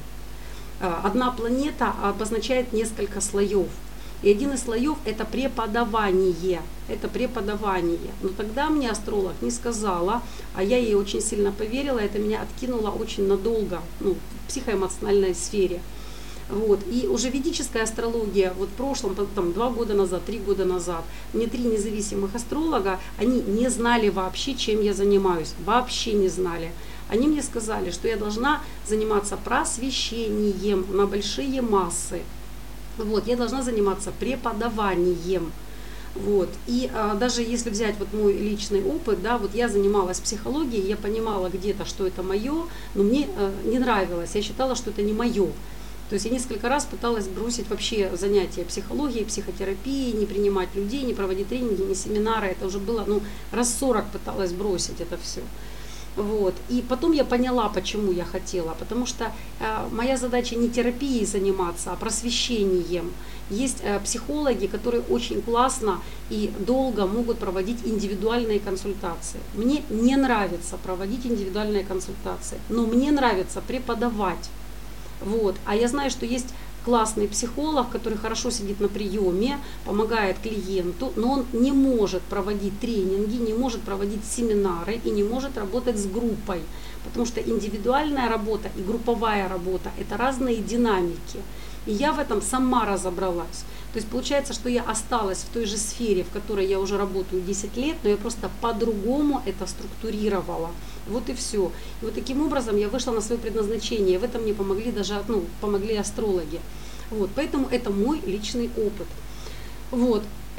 Одна планета обозначает несколько слоев. И один из слоев это преподавание. Это преподавание. Но тогда мне астролог не сказала, а я ей очень сильно поверила, это меня откинуло очень надолго, ну, в психоэмоциональной сфере. Вот. И уже ведическая астрология, вот в прошлом, там, два года назад, три года назад, мне три независимых астролога, они не знали вообще, чем я занимаюсь, вообще не знали. Они мне сказали, что я должна заниматься просвещением на большие массы, вот, я должна заниматься преподаванием. Вот. И а, даже если взять вот мой личный опыт, да, вот я занималась психологией, я понимала где-то, что это мое, но мне а, не нравилось, я считала, что это не мое. То есть я несколько раз пыталась бросить вообще занятия психологией, психотерапией, не принимать людей, не проводить тренинги, не семинары. Это уже было, ну, раз сорок пыталась бросить это все. Вот. И потом я поняла, почему я хотела. Потому что э, моя задача не терапией заниматься, а просвещением. Есть э, психологи, которые очень классно и долго могут проводить индивидуальные консультации. Мне не нравится проводить индивидуальные консультации, но мне нравится преподавать. Вот. А я знаю, что есть классный психолог, который хорошо сидит на приеме, помогает клиенту, но он не может проводить тренинги, не может проводить семинары и не может работать с группой. Потому что индивидуальная работа и групповая работа – это разные динамики. И я в этом сама разобралась. То есть получается, что я осталась в той же сфере, в которой я уже работаю десять лет, но я просто по-другому это структурировала. Вот и все. И вот таким образом я вышла на свое предназначение. В этом мне помогли даже, ну, помогли астрологи. Вот, поэтому это мой личный опыт. Вот.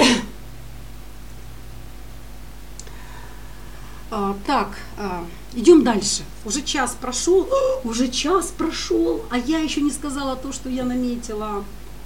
А, так, а, идем дальше. Уже час прошел, уже час прошел, а я еще не сказала то, что я наметила.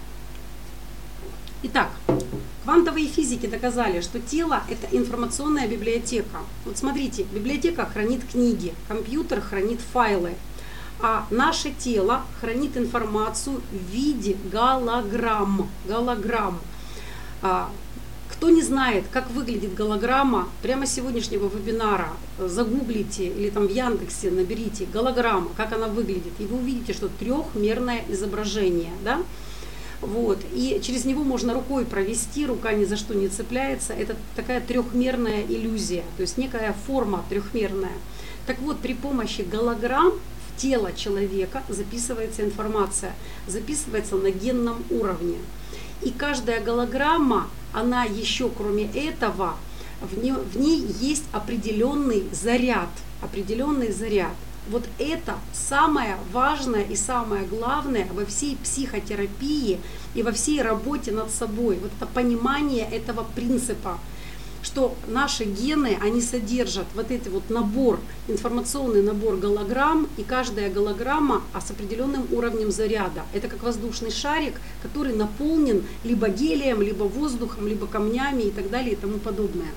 Итак, квантовые физики доказали, что тело – это информационная библиотека. Вот смотрите, библиотека хранит книги, компьютер хранит файлы, а наше тело хранит информацию в виде голограмм. Голограмм. Кто не знает, как выглядит голограмма, прямо с сегодняшнего вебинара загуглите или там в Яндексе наберите голограмма, как она выглядит, и вы увидите, что трехмерное изображение, да? Вот. И через него можно рукой провести, рука ни за что не цепляется. Это такая трехмерная иллюзия, то есть некая форма трехмерная. Так вот, при помощи голограмм в тело человека записывается информация, записывается на генном уровне. И каждая голограмма, она еще кроме этого, в ней, в ней есть определенный заряд, определенный заряд. Вот это самое важное и самое главное во всей психотерапии и во всей работе над собой. Вот это понимание этого принципа, что наши гены, они содержат вот этот вот набор, информационный набор голограмм, и каждая голограмма с определенным уровнем заряда. Это как воздушный шарик, который наполнен либо гелием, либо воздухом, либо камнями и так далее и тому подобное.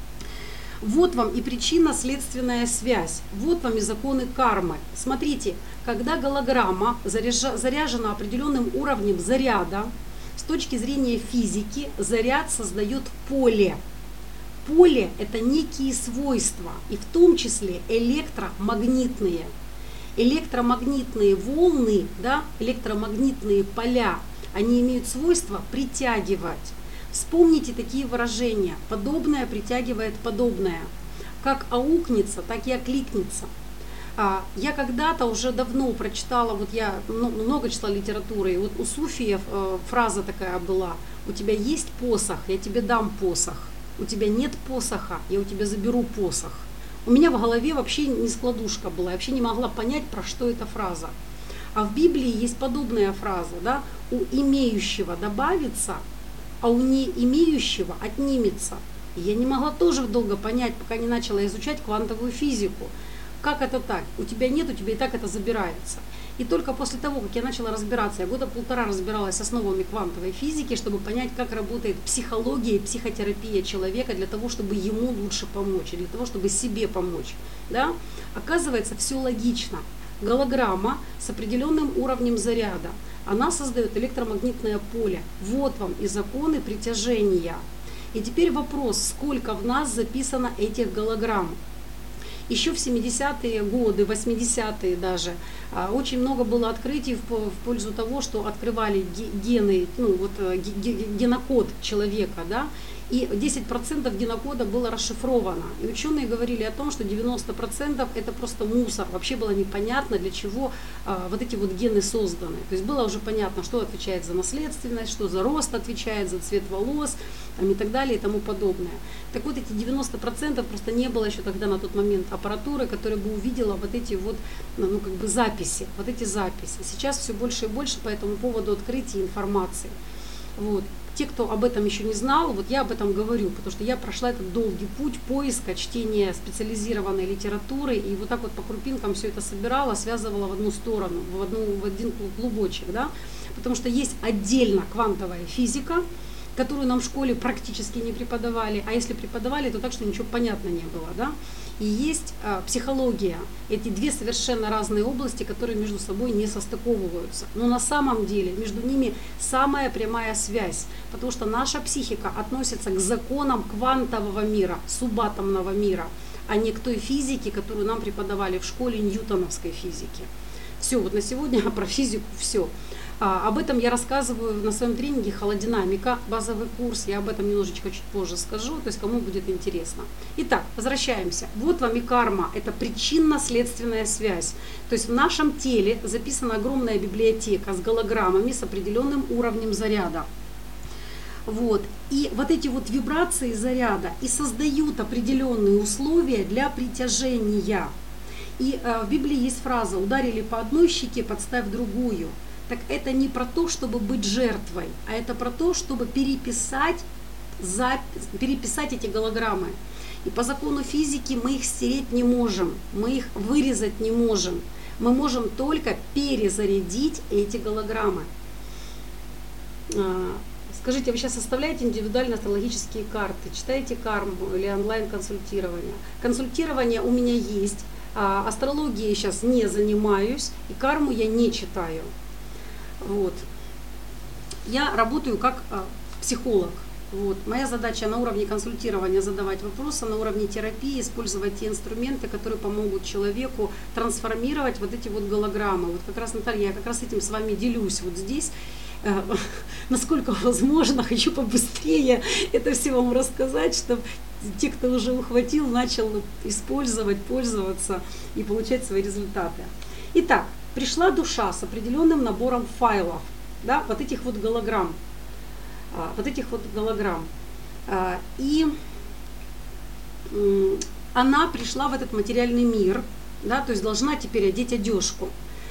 Вот вам и причинно-следственная связь, вот вам и законы кармы. Смотрите, когда голограмма заряжена определенным уровнем заряда, с точки зрения физики, заряд создает поле. Поле – это некие свойства, и в том числе электромагнитные. Электромагнитные волны, да, электромагнитные поля, они имеют свойство притягивать. Вспомните такие выражения: подобное притягивает подобное. Как аукнется, так и окликнется. Я когда-то уже давно прочитала, вот я много читала литературы, и вот у суфиев фраза такая была: у тебя есть посох, я тебе дам посох. У тебя нет посоха, я у тебя заберу посох. У меня в голове вообще не складушка была, я вообще не могла понять, про что эта фраза. А в Библии есть подобная фраза, да: у имеющего добавится, а у не имеющего отнимется. И я не могла тоже долго понять, пока не начала изучать квантовую физику. Как это так? У тебя нет, у тебя и так это забирается. И только после того, как я начала разбираться, я года полтора разбиралась с основами квантовой физики, чтобы понять, как работает психология и психотерапия человека для того, чтобы ему лучше помочь, и для того, чтобы себе помочь. Да? Оказывается, все логично. Голограмма с определенным уровнем заряда, она создает электромагнитное поле. Вот вам и законы притяжения. И теперь вопрос, сколько в нас записано этих голограмм. Еще в семидесятые годы, восьмидесятые даже, очень много было открытий в пользу того, что открывали гены, ну, вот, генокод человека, да, и десять процентов генокода было расшифровано. И ученые говорили о том, что девяносто процентов это просто мусор. Вообще было непонятно, для чего а, вот эти вот гены созданы. То есть было уже понятно, что отвечает за наследственность, что за рост отвечает, за цвет волос там, и так далее и тому подобное. Так вот, эти девяносто процентов просто не было еще тогда на тот момент аппаратуры, которая бы увидела вот эти вот, ну, как бы записи, вот эти записи. Сейчас все больше и больше по этому поводу открытия информации. Вот. Те, кто об этом еще не знал, вот я об этом говорю, потому что я прошла этот долгий путь поиска, чтения специализированной литературы, и вот так вот по крупинкам все это собирала, связывала в одну сторону, в, одну, в один клубочек, да, потому что есть отдельно квантовая физика, которую нам в школе практически не преподавали, а если преподавали, то так, что ничего понятно не было, да. И есть а, психология. Эти две совершенно разные области, которые между собой не состыковываются. Но на самом деле между ними самая прямая связь, потому что наша психика относится к законам квантового мира, субатомного мира, а не к той физике, которую нам преподавали в школе, ньютоновской физики. Все, вот на сегодня про физику все. А, об этом я рассказываю на своем тренинге «Холодинамика», базовый курс. Я об этом немножечко чуть позже скажу, то есть кому будет интересно. Итак, возвращаемся. Вот вам и карма. Это причинно-следственная связь. То есть в нашем теле записана огромная библиотека с голограммами, с определенным уровнем заряда. Вот. И вот эти вот вибрации заряда и создают определенные условия для притяжения. И э, в Библии есть фраза «ударили по одной щеке, подставь другую». Так это не про то, чтобы быть жертвой, а это про то, чтобы переписать, запись, переписать эти голограммы. И по закону физики мы их стереть не можем, мы их вырезать не можем. Мы можем только перезарядить эти голограммы. Скажите, вы сейчас составляете индивидуальные астрологические карты, читаете карму или онлайн-консультирование? Консультирование у меня есть, а астрологией сейчас не занимаюсь, и карму я не читаю. Вот. Я работаю как а, психолог. Вот. Моя задача на уровне консультирования задавать вопросы, на уровне терапии использовать те инструменты, которые помогут человеку трансформировать вот эти вот голограммы. Вот как раз, Наталья, я как раз этим с вами делюсь вот здесь. Э, насколько возможно, хочу побыстрее это все вам рассказать, чтобы те, кто уже ухватил, начал использовать, пользоваться и получать свои результаты. Итак, пришла душа с определенным набором файлов, да, вот этих вот голограмм, а, вот этих вот голограмм. А, и м, она пришла в этот материальный мир, да, то есть должна теперь одеть одежку.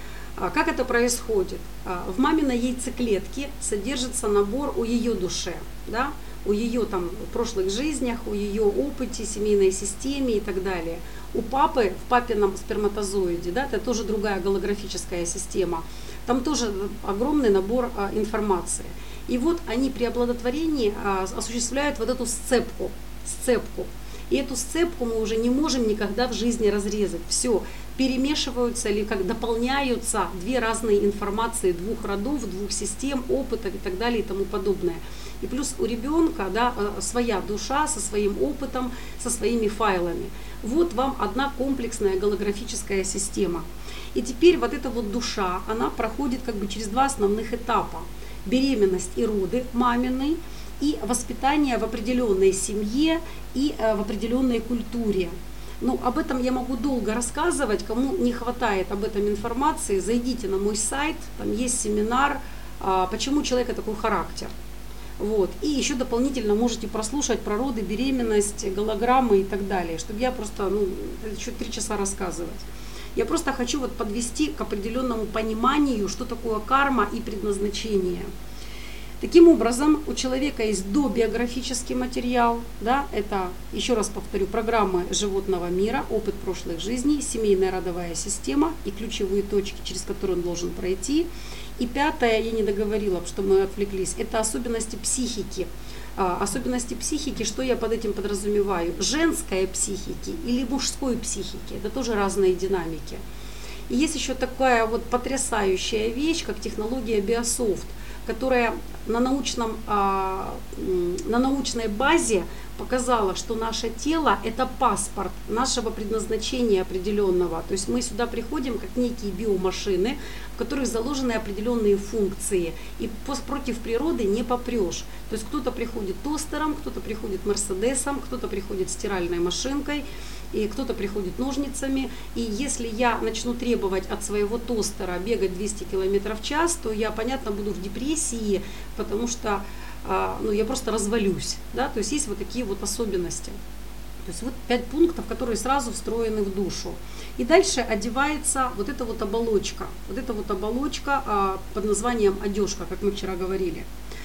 Как это происходит? В маминой яйцеклетке содержится набор о ее душе, да, о ее там прошлых жизнях, о ее опыте, семейной системе и так далее. У папы, в папином сперматозоиде, да, это тоже другая голографическая система, там тоже огромный набор а, информации. И вот они при оплодотворении а, осуществляют вот эту сцепку, сцепку. И эту сцепку мы уже не можем никогда в жизни разрезать. Все, перемешиваются или как дополняются две разные информации двух родов, двух систем, опытов и так далее и тому подобное. И плюс у ребенка, да, своя душа со своим опытом, со своими файлами. Вот вам одна комплексная голографическая система. И теперь вот эта вот душа, она проходит как бы через два основных этапа. Беременность и роды маминой, и воспитание в определенной семье и в определенной культуре. Ну, об этом я могу долго рассказывать. Кому не хватает об этом информации, зайдите на мой сайт, там есть семинар «Почему человек такой характер». Вот. И еще дополнительно можете прослушать про роды, беременность, голограммы и так далее, чтобы я просто, ну, еще три часа рассказывать. Я просто хочу вот подвести к определенному пониманию, что такое карма и предназначение. Таким образом, у человека есть добиографический материал, да, это, еще раз повторю, программы животного мира, опыт прошлых жизней, семейная родовая система и ключевые точки, через которые он должен пройти. И пятое, я не договорила, что мы отвлеклись, это особенности психики. Особенности психики, что я под этим подразумеваю? Женской психики или мужской психики, это тоже разные динамики. И есть еще такая вот потрясающая вещь, как технология Биософт, которая на, научном, на научной базе показала, что наше тело – это паспорт нашего предназначения определенного. То есть мы сюда приходим как некие биомашины, в которых заложены определенные функции. И против природы не попрешь. То есть кто-то приходит тостером, кто-то приходит мерседесом, кто-то приходит стиральной машинкой, и кто-то приходит ножницами. И если я начну требовать от своего тостера бегать двести километров в час, то я, понятно, буду в депрессии, потому что ну, я просто развалюсь. Да? То есть есть вот такие вот особенности. То есть вот пять пунктов, которые сразу встроены в душу. И дальше одевается вот эта вот оболочка. Вот эта вот оболочка а, под названием одежка, как мы вчера говорили.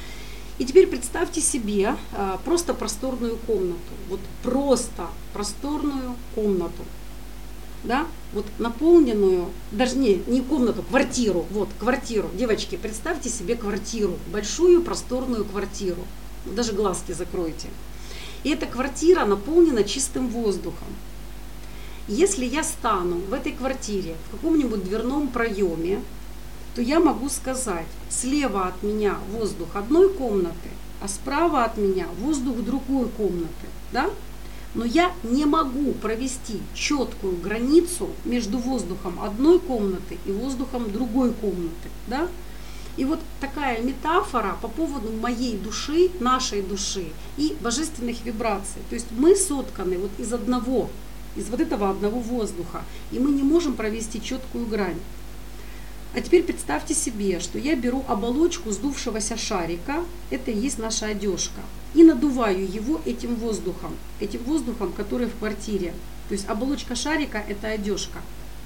И теперь представьте себе а, просто просторную комнату. Вот просто просторную комнату. Да? Вот наполненную, даже не, не комнату, квартиру. Вот, квартиру. Девочки, представьте себе квартиру. Большую просторную квартиру. Даже глазки закройте. И эта квартира наполнена чистым воздухом. Если я стану в этой квартире в каком-нибудь дверном проеме, то я могу сказать, слева от меня воздух одной комнаты, а справа от меня воздух другой комнаты. Да? Но я не могу провести четкую границу между воздухом одной комнаты и воздухом другой комнаты. Да? И вот такая метафора по поводу моей души, нашей души и божественных вибраций. То есть мы сотканы вот из одного, из вот этого одного воздуха, и мы не можем провести четкую грань. А теперь представьте себе, что я беру оболочку сдувшегося шарика, это и есть наша одежка, и надуваю его этим воздухом, этим воздухом, который в квартире. То есть оболочка шарика – это одежка.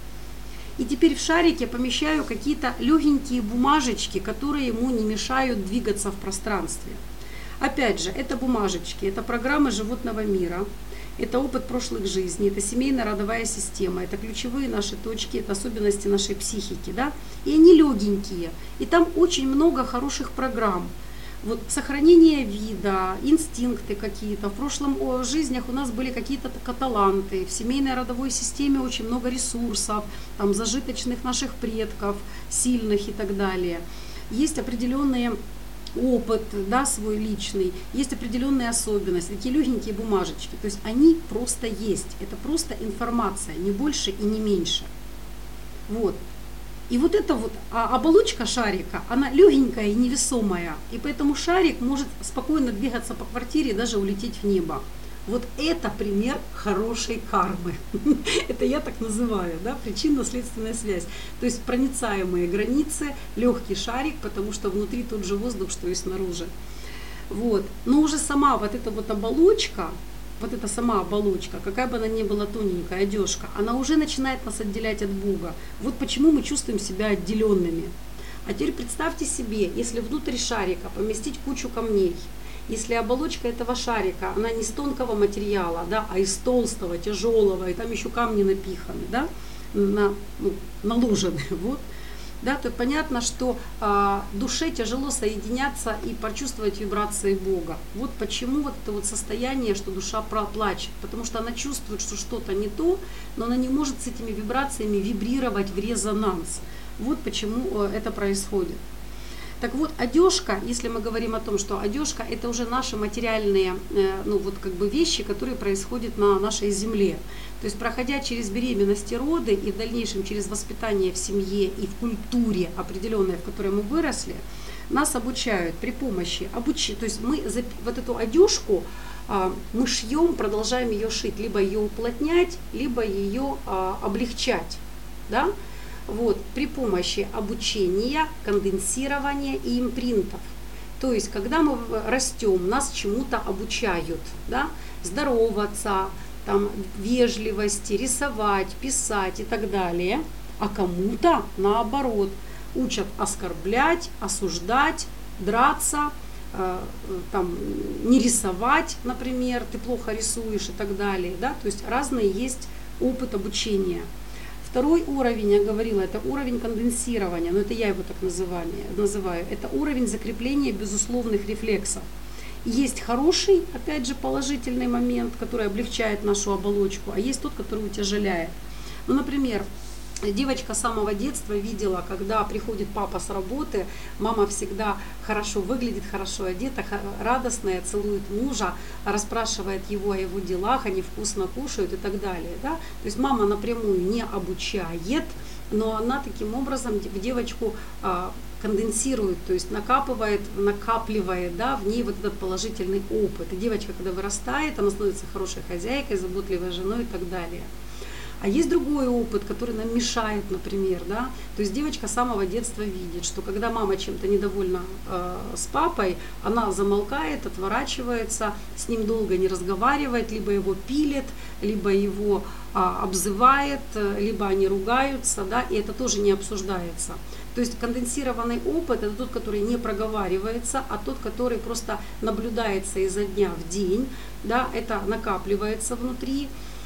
И теперь в шарике помещаю какие-то легенькие бумажечки, которые ему не мешают двигаться в пространстве. Опять же, это бумажечки, это программы животного мира, это опыт прошлых жизней, это семейная родовая система, это ключевые наши точки, это особенности нашей психики. Да? И они легенькие. И там очень много хороших программ. Вот сохранение вида, инстинкты какие-то. В прошлом жизнях у нас были какие-то таланты. В семейной родовой системе очень много ресурсов, там, зажиточных наших предков, сильных и так далее. Есть определенные опыт, да, свой личный, есть определенные особенности, такие легенькие бумажечки. То есть они просто есть. Это просто информация, не больше и не меньше. Вот. И вот эта вот оболочка шарика, она легенькая и невесомая. И поэтому шарик может спокойно двигаться по квартире и даже улететь в небо. Вот это пример хорошей кармы. Это я так называю, да, причинно-следственная связь. То есть проницаемые границы, легкий шарик, потому что внутри тот же воздух, что и снаружи. Вот. Но уже сама вот эта вот оболочка, вот эта сама оболочка, какая бы она ни была тоненькая, одежка, она уже начинает нас отделять от Бога. Вот почему мы чувствуем себя отделенными. А теперь представьте себе, если внутрь шарика поместить кучу камней, если оболочка этого шарика, она не из тонкого материала, да, а из толстого, тяжелого, и там еще камни напиханы, да, на, ну, наложены, вот, да, то понятно, что э, душе тяжело соединяться и почувствовать вибрации Бога. Вот почему вот это вот состояние, что душа плачет, потому что она чувствует, что что-то не то, но она не может с этими вибрациями вибрировать в резонанс. Вот почему э, это происходит. Так вот, одежка, если мы говорим о том, что одежка это уже наши материальные, э, ну вот как бы вещи, которые происходят на нашей земле. То есть, проходя через беременность и роды, и в дальнейшем через воспитание в семье и в культуре определенной, в которой мы выросли, нас обучают при помощи обучи, то есть мы вот эту одежку э, мы шьем, продолжаем ее шить, либо ее уплотнять, либо ее э, облегчать, да? Вот, при помощи обучения, конденсирования и импринтов. То есть, когда мы растем, нас чему-то обучают, да? Здороваться, там, вежливости, рисовать, писать и так далее. А кому-то, наоборот, учат оскорблять, осуждать, драться, э, там, не рисовать, например, ты плохо рисуешь и так далее. Да? То есть, разные есть опыт обучения. Второй уровень, я говорила, это уровень конденсирования, но это я его так называю, называю. Это уровень закрепления безусловных рефлексов. Есть хороший, опять же, положительный момент, который облегчает нашу оболочку, а есть тот, который утяжеляет. Ну, например, девочка с самого детства видела, когда приходит папа с работы, мама всегда хорошо выглядит, хорошо одета, радостная, целует мужа, расспрашивает его о его делах, они вкусно кушают и так далее. Да? То есть мама напрямую не обучает, но она таким образом в девочку а, конденсирует, то есть накапывает, накапливает, да, в ней вот этот положительный опыт. И девочка, когда вырастает, она становится хорошей хозяйкой, заботливой женой и так далее. А есть другой опыт, который нам мешает, например, да, то есть девочка с самого детства видит, что когда мама чем-то недовольна э, с папой, она замолкает, отворачивается, с ним долго не разговаривает, либо его пилит, либо его э, обзывает, либо они ругаются, да, и это тоже не обсуждается. То есть конденсированный опыт это тот, который не проговаривается, а тот, который просто наблюдается изо дня в день, да, это накапливается внутри.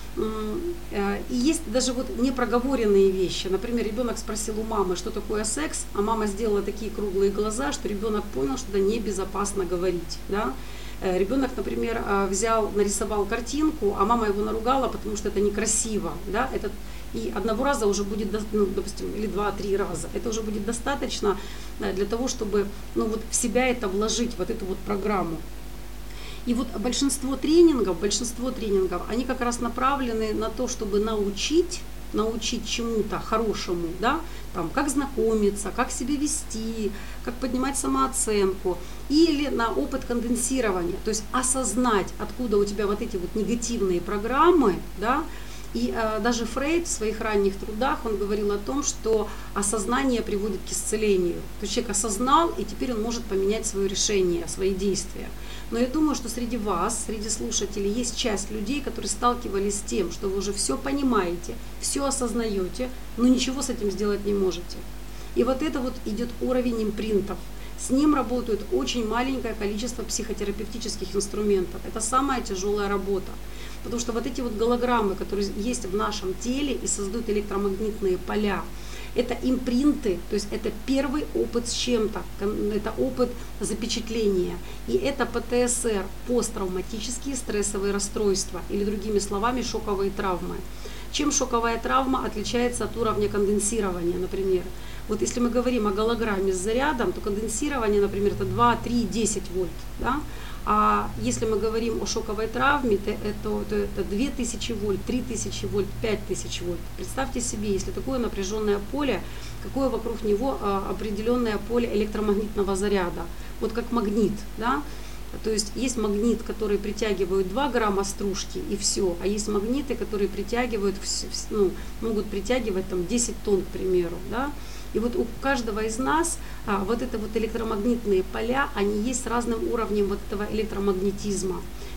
И есть даже вот непроговоренные вещи. Например, ребенок спросил у мамы, что такое секс, а мама сделала такие круглые глаза, что ребенок понял, что это небезопасно говорить. Да? Ребенок, например, взял, нарисовал картинку, а мама его наругала, потому что это некрасиво. Да? Это, и одного раза уже будет, ну, допустим, или два-три раза. Это уже будет достаточно для того, чтобы ну, вот в себя это вложить, вот эту вот программу. И вот большинство тренингов, большинство тренингов, они как раз направлены на то, чтобы научить, научить чему-то хорошему, да, там, как знакомиться, как себя вести, как поднимать самооценку, или на опыт конденсирования, то есть осознать, откуда у тебя вот эти вот негативные программы, да. И э, даже Фрейд в своих ранних трудах, он говорил о том, что осознание приводит к исцелению. То есть человек осознал, и теперь он может поменять свое решение, свои действия. Но я думаю, что среди вас, среди слушателей, есть часть людей, которые сталкивались с тем, что вы уже все понимаете, все осознаете, но ничего с этим сделать не можете. И вот это вот идет уровень импринтов. С ним работает очень маленькое количество психотерапевтических инструментов. Это самая тяжелая работа. Потому что вот эти вот голограммы, которые есть в нашем теле и создают электромагнитные поля, это импринты, то есть это первый опыт с чем-то, это опыт запечатления. И это пэ тэ эс эр, посттравматические стрессовые расстройства, или другими словами шоковые травмы. Чем шоковая травма отличается от уровня конденсирования, например? Вот если мы говорим о голограмме с зарядом, то конденсирование, например, это два, три, десять вольт. Да? А если мы говорим о шоковой травме, то это, то это две тысячи вольт, три тысячи вольт, пять тысяч вольт. Представьте себе, если такое напряженное поле, какое вокруг него определенное поле электромагнитного заряда. Вот как магнит. Да? То есть есть магнит, который притягивает два грамма стружки и все, а есть магниты, которые притягивают, ну, могут притягивать там, десять тонн, к примеру. Да? И вот у каждого из нас а, вот это вот электромагнитные поля, они есть с разным уровнем вот этого электромагнетизма.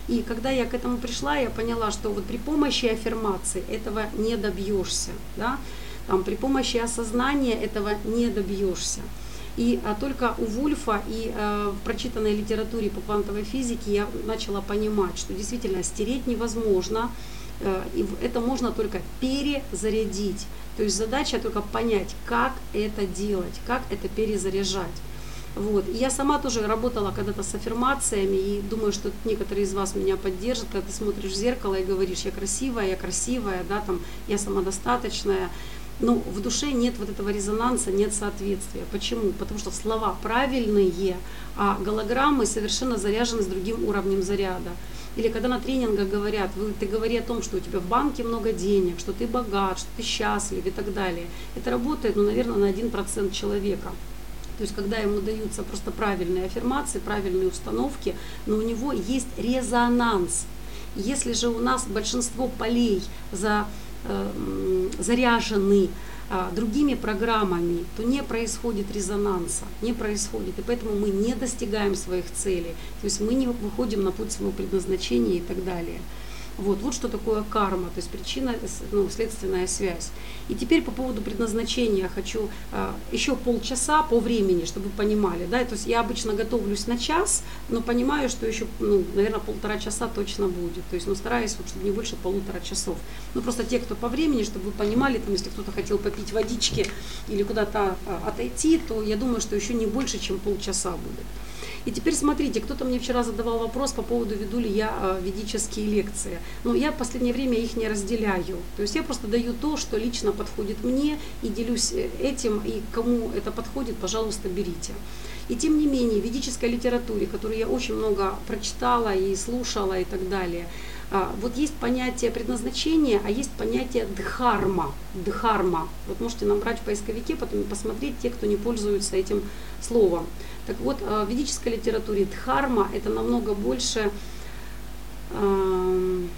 И когда я к этому пришла, я поняла, что вот при помощи аффирмации этого не добьешься, да? Там, при помощи осознания этого не добьешься. И а, только у Вульфа и а, в прочитанной литературе по квантовой физике я начала понимать, что действительно стереть невозможно, а, и это можно только перезарядить. То есть задача только понять, как это делать, как это перезаряжать. Вот. И я сама тоже работала когда-то с аффирмациями, и думаю, что некоторые из вас меня поддержат, когда ты смотришь в зеркало и говоришь: я красивая, я красивая, да, там, я самодостаточная. Но в душе нет вот этого резонанса, нет соответствия. Почему? Потому что слова правильные, а голограммы совершенно заряжены с другим уровнем заряда. Или когда на тренингах говорят: вы, ты говори о том, что у тебя в банке много денег, что ты богат, что ты счастлив и так далее. Это работает, ну, наверное, на один процент человека. То есть, когда ему даются просто правильные аффирмации, правильные установки, но у него есть резонанс. Если же у нас большинство полей за заряжены а, другими программами, то не происходит резонанса, не происходит. И поэтому мы не достигаем своих целей, то есть мы не выходим на путь своего предназначения и так далее. Вот, вот что такое карма, то есть причина, ну, следственная связь. И теперь по поводу предназначения хочу э, еще полчаса по времени, чтобы вы понимали. Да? То есть я обычно готовлюсь на час, но понимаю, что еще, ну, наверное, полтора часа точно будет. То есть, ну, стараюсь, вот, чтобы не больше полутора часов. Ну, просто те, кто по времени, чтобы вы понимали, там, если кто-то хотел попить водички или куда-то э, отойти, то я думаю, что еще не больше, чем полчаса будет. И теперь смотрите, кто-то мне вчера задавал вопрос по поводу, веду ли я ведические лекции. Но я в последнее время их не разделяю. То есть я просто даю то, что лично подходит мне, и делюсь этим, и кому это подходит, пожалуйста, берите. И тем не менее, в ведической литературе, которую я очень много прочитала и слушала и так далее, вот есть понятие предназначения, а есть понятие дхарма. Дхарма. Вот можете набрать в поисковике, потом посмотреть те, кто не пользуются этим словом. Так вот, в ведической литературе дхарма — это намного больше, э,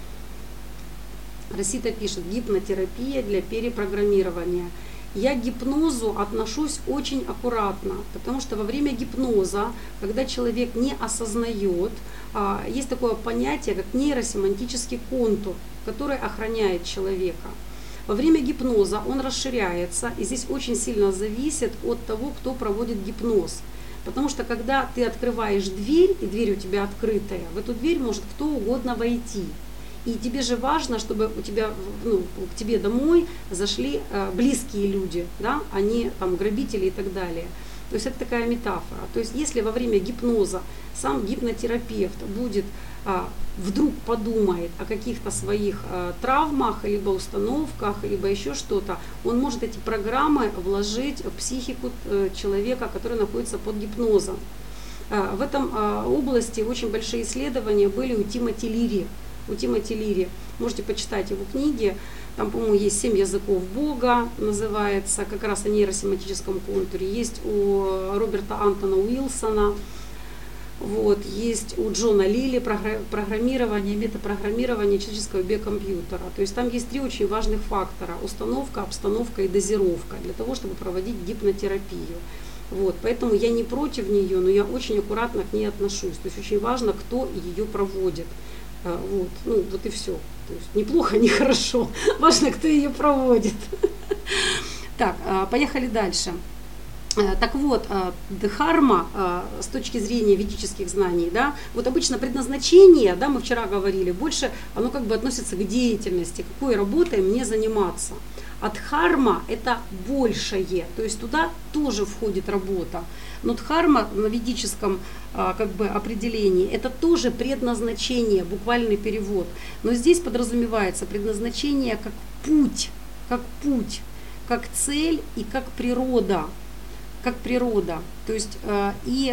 Расита пишет, гипнотерапия для перепрограммирования. Я к гипнозу отношусь очень аккуратно, потому что во время гипноза, когда человек не осознает, есть такое понятие, как нейросемантический контур, который охраняет человека. Во время гипноза он расширяется, и здесь очень сильно зависит от того, кто проводит гипноз. Потому что когда ты открываешь дверь, и дверь у тебя открытая, в эту дверь может кто угодно войти. И тебе же важно, чтобы у тебя, ну, к тебе домой зашли э, близкие люди, да, а не там грабители и так далее. То есть это такая метафора. То есть если во время гипноза сам гипнотерапевт будет а, вдруг подумает о каких-то своих а, травмах, либо установках, либо еще что-то, он может эти программы вложить в психику а, человека, который находится под гипнозом. А, в этом а, области очень большие исследования были у Тимоти Лири. У Тимоти Лири. Можете почитать его книги. Там, по-моему, есть «Семь языков Бога», называется, как раз о нейросемантическом контуре. Есть у Роберта Антона Уилсона, вот, есть у Джона Лили программирование, метапрограммирование человеческого биокомпьютера. То есть там есть три очень важных фактора: установка, обстановка и дозировка для того, чтобы проводить гипнотерапию. Вот, поэтому я не против нее, но я очень аккуратно к ней отношусь. То есть очень важно, кто ее проводит. Вот, ну вот и все. То есть неплохо, не хорошо. Важно, кто ее проводит. Так, поехали дальше. Так вот, дхарма с точки зрения ведических знаний, да, вот обычно предназначение, да, мы вчера говорили, больше оно как бы относится к деятельности, какой работой мне заниматься. А дхарма — это большее, то есть туда тоже входит работа. Но дхарма на ведическом как бы определении — это тоже предназначение, буквальный перевод. Но здесь подразумевается предназначение как путь, как путь, как цель и как природа. Как природа. То есть и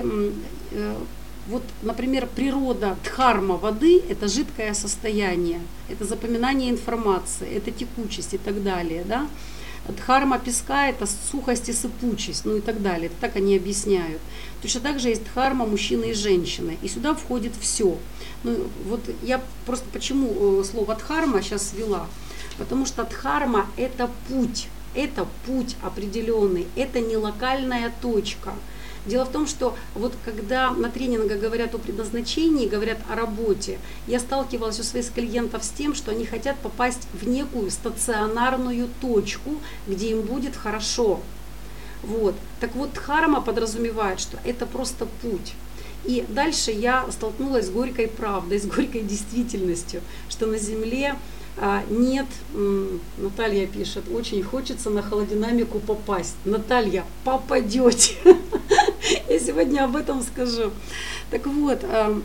вот, например, природа дхарма воды — это жидкое состояние, это запоминание информации, это текучесть и так далее. Да? Дхарма песка — это сухость и сыпучесть, ну и так далее. Это так они объясняют. Точно так же есть дхарма мужчины и женщины. И сюда входит все. Ну, вот я просто почему слово дхарма сейчас свела? Потому что дхарма — это путь. Это путь определенный. Это не локальная точка. Дело в том, что вот когда на тренингах говорят о предназначении, говорят о работе, я сталкивалась у своих клиентов с тем, что они хотят попасть в некую стационарную точку, где им будет хорошо. Вот. Так вот, дхарма подразумевает, что это просто путь. И дальше я столкнулась с горькой правдой, с горькой действительностью, что на Земле а, нет, м, Наталья пишет, очень хочется на холодинамику попасть. Наталья, попадете. Я сегодня об этом скажу. Так вот, а,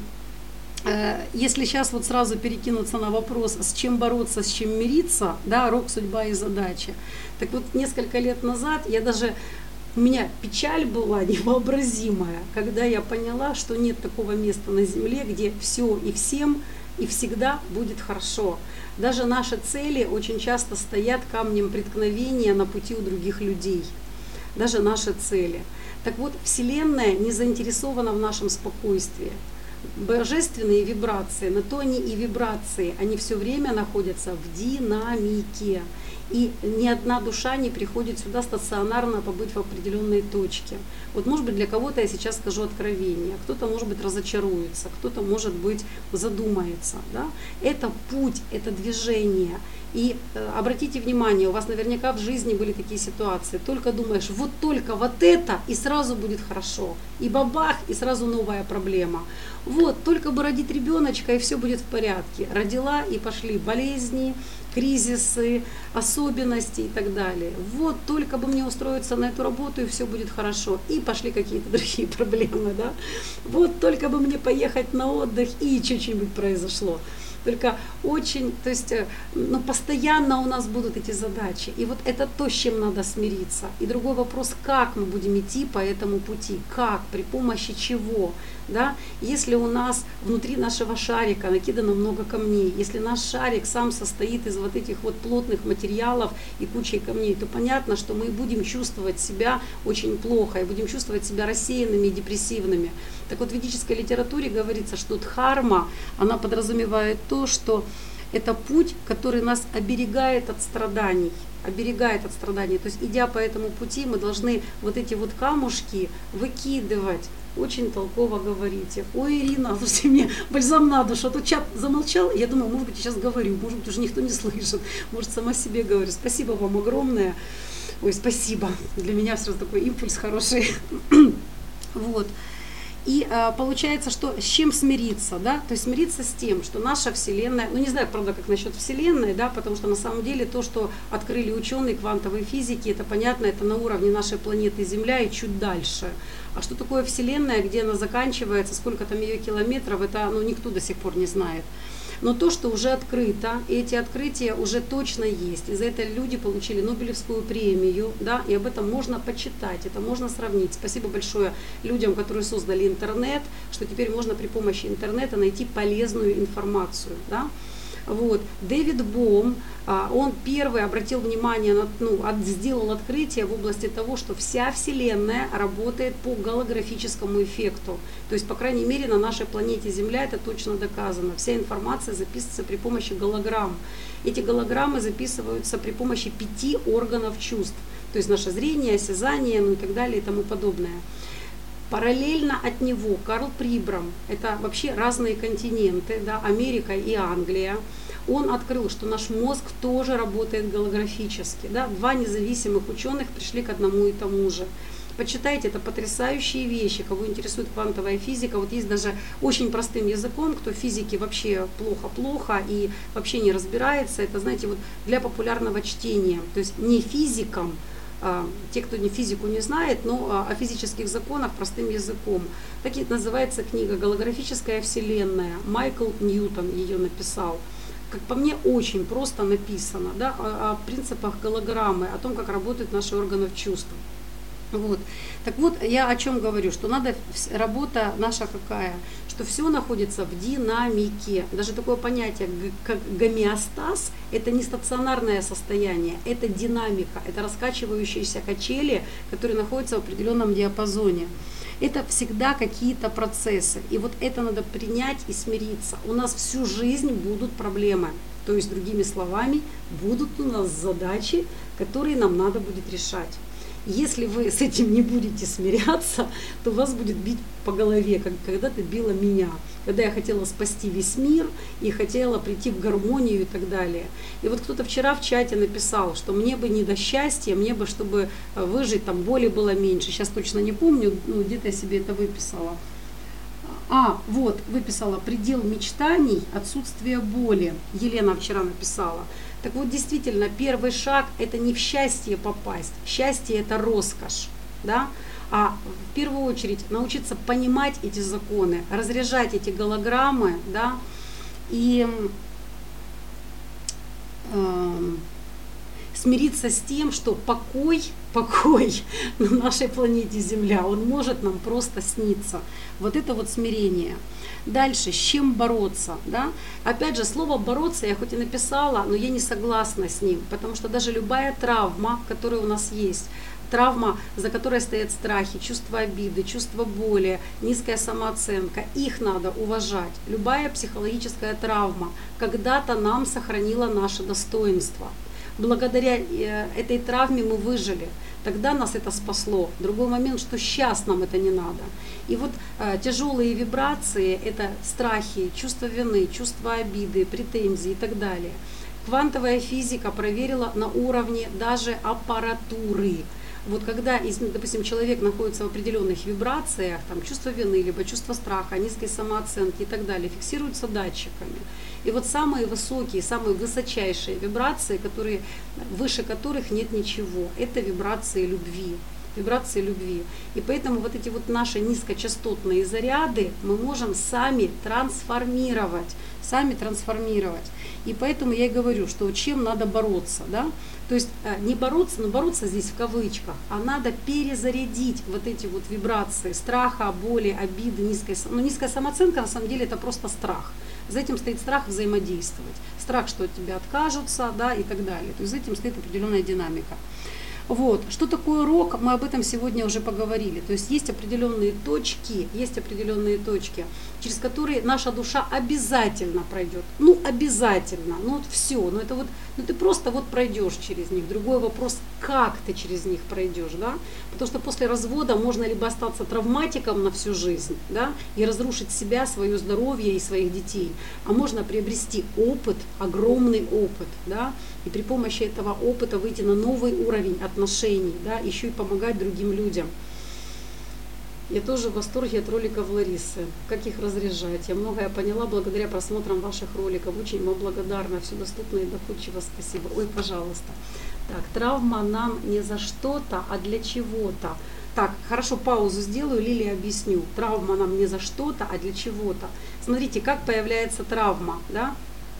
а, если сейчас вот сразу перекинуться на вопрос, с чем бороться, с чем мириться, да, рок, судьба и задача. Так вот, несколько лет назад я даже... У меня печаль была невообразимая, когда я поняла, что нет такого места на Земле, где все и всем и всегда будет хорошо. Даже наши цели очень часто стоят камнем преткновения на пути у других людей. Даже наши цели. Так вот, Вселенная не заинтересована в нашем спокойствии. Божественные вибрации, на то они и вибрации, они все время находятся в динамике. И ни одна душа не приходит сюда стационарно побыть в определенной точке. Вот может быть для кого-то я сейчас скажу откровение, кто-то может быть разочаруется, кто-то может быть задумается. Да? Это путь, это движение. И э, обратите внимание, у вас наверняка в жизни были такие ситуации. Только думаешь, вот только вот это, и сразу будет хорошо. И бабах, и сразу новая проблема. Вот, только бы родить ребеночка, и все будет в порядке. Родила, и пошли болезни, кризисы, особенности и так далее. Вот, только бы мне устроиться на эту работу, и все будет хорошо. И пошли какие-то другие проблемы, да. Вот, только бы мне поехать на отдых, и что-нибудь произошло. Только очень, то есть, ну, постоянно у нас будут эти задачи. И вот это то, с чем надо смириться. И другой вопрос, как мы будем идти по этому пути, как, при помощи чего. Да? Если у нас внутри нашего шарика накидано много камней, если наш шарик сам состоит из вот этих вот плотных материалов и кучей камней, то понятно, что мы будем чувствовать себя очень плохо, и будем чувствовать себя рассеянными и депрессивными. Так вот, в ведической литературе говорится, что дхарма, она подразумевает то, что это путь, который нас оберегает от страданий. Оберегает от страданий. То есть, идя по этому пути, мы должны вот эти вот камушки выкидывать. Очень толково говорите. Ой, Ирина, слушайте, мне бальзам на душу. А то чат замолчал, я думаю, может быть, я сейчас говорю, может быть, уже никто не слышит. Может, сама себе говорю. Спасибо вам огромное. Ой, спасибо. Для меня сразу такой импульс хороший. Вот. И а, получается, что с чем смириться, да, то есть смириться с тем, что наша Вселенная, ну не знаю, правда, как насчет Вселенной, да, потому что на самом деле то, что открыли ученые квантовой физики, это понятно, это на уровне нашей планеты Земля и чуть дальше. А что такое Вселенная, где она заканчивается, сколько там ее километров, это, ну, никто до сих пор не знает. Но то, что уже открыто, и эти открытия уже точно есть. И за это люди получили Нобелевскую премию, да, и об этом можно почитать, это можно сравнить. Спасибо большое людям, которые создали интернет, что теперь можно при помощи интернета найти полезную информацию, да. Вот. Дэвид Бом, он первый обратил внимание, на, ну, сделал открытие в области того, что вся Вселенная работает по голографическому эффекту. То есть, по крайней мере, на нашей планете Земля это точно доказано. Вся информация записывается при помощи голограмм. Эти голограммы записываются при помощи пяти органов чувств. То есть наше зрение, осязание, ну и так далее и тому подобное. Параллельно от него Карл Прибрам, это вообще разные континенты, да, Америка и Англия, он открыл, что наш мозг тоже работает голографически. Да, два независимых ученых пришли к одному и тому же. Почитайте, это потрясающие вещи, кого интересует квантовая физика. Вот есть даже очень простым языком, кто в физике вообще плохо-плохо и вообще не разбирается. Это, знаете, вот для популярного чтения, то есть не физикам, те, кто не физику не знает, но о физических законах простым языком. Так и называется книга «Голографическая вселенная». Майкл Ньютон ее написал. Как по мне, очень просто написано, да, о, о принципах голограммы, о том, как работают наши органы чувств. Вот. Так вот, я о чем говорю, что надо, работа наша какая, что все находится в динамике. Даже такое понятие, как гомеостаз, это не стационарное состояние, это динамика, это раскачивающиеся качели, которые находятся в определенном диапазоне. Это всегда какие-то процессы. И вот это надо принять и смириться. У нас всю жизнь будут проблемы. То есть, другими словами, будут у нас задачи, которые нам надо будет решать. Если вы с этим не будете смиряться, то вас будет бить по голове, как когда-то била меня, когда я хотела спасти весь мир и хотела прийти в гармонию и так далее. И вот кто-то вчера в чате написал, что мне бы не до счастья, мне бы, чтобы выжить, там боли было меньше. Сейчас точно не помню, ну, где-то я себе это выписала. А, вот, выписала: предел мечтаний, отсутствие боли. Елена вчера написала. Так вот, действительно, первый шаг – это не в счастье попасть. Счастье – это роскошь, да? А в первую очередь научиться понимать эти законы, разряжать эти голограммы, да, и э, смириться с тем, что покой, покой на нашей планете Земля, он может нам просто сниться. Вот это вот смирение. Дальше, с чем бороться, да? Опять же, слово бороться я хоть и написала, но я не согласна с ним, потому что даже любая травма, которая у нас есть, травма, за которой стоят страхи, чувство обиды, чувство боли, низкая самооценка, их надо уважать. Любая психологическая травма когда-то нам сохранила наше достоинство. Благодаря этой травме мы выжили. Тогда нас это спасло. Другой момент, что сейчас нам это не надо. И вот э, тяжелые вибрации – это страхи, чувство вины, чувство обиды, претензий и так далее. Квантовая физика проверила на уровне даже аппаратуры. Вот когда, допустим, человек находится в определенных вибрациях, там, чувство вины, либо чувство страха, низкой самооценки и так далее, фиксируются датчиками. И вот самые высокие, самые высочайшие вибрации, которые, выше которых нет ничего, это вибрации любви. Вибрации любви. И поэтому вот эти вот наши низкочастотные заряды мы можем сами трансформировать. Сами трансформировать. И поэтому я и говорю, что чем надо бороться. Да? То есть не бороться, но бороться здесь в кавычках, а надо перезарядить вот эти вот вибрации страха, боли, обиды, низкая, ну, низкая самооценка на самом деле это просто страх. За этим стоит страх взаимодействовать. Страх, что от тебя откажутся, да, и так далее. То есть за этим стоит определенная динамика. Вот. Что такое рок, мы об этом сегодня уже поговорили. То есть есть определенные точки, есть определенные точки, через которые наша душа обязательно пройдет. Ну, обязательно. Ну, вот все. Ну, это вот, ну, ты просто вот пройдешь через них. Другой вопрос, как ты через них пройдешь, да? Потому что после развода можно либо остаться травматиком на всю жизнь, да, и разрушить себя, свое здоровье и своих детей, а можно приобрести опыт, огромный опыт, да, и при помощи этого опыта выйти на новый уровень отношений, да, еще и помогать другим людям. Я тоже в восторге от роликов Ларисы. Как их разряжать? Я многое поняла благодаря просмотрам ваших роликов. Очень вам благодарна. Все доступно и доходчиво. Спасибо. Ой, пожалуйста. Так, травма нам не за что-то, а для чего-то. Так, хорошо, паузу сделаю, Лилия объясню. Травма нам не за что-то, а для чего-то. Смотрите, как появляется травма, да?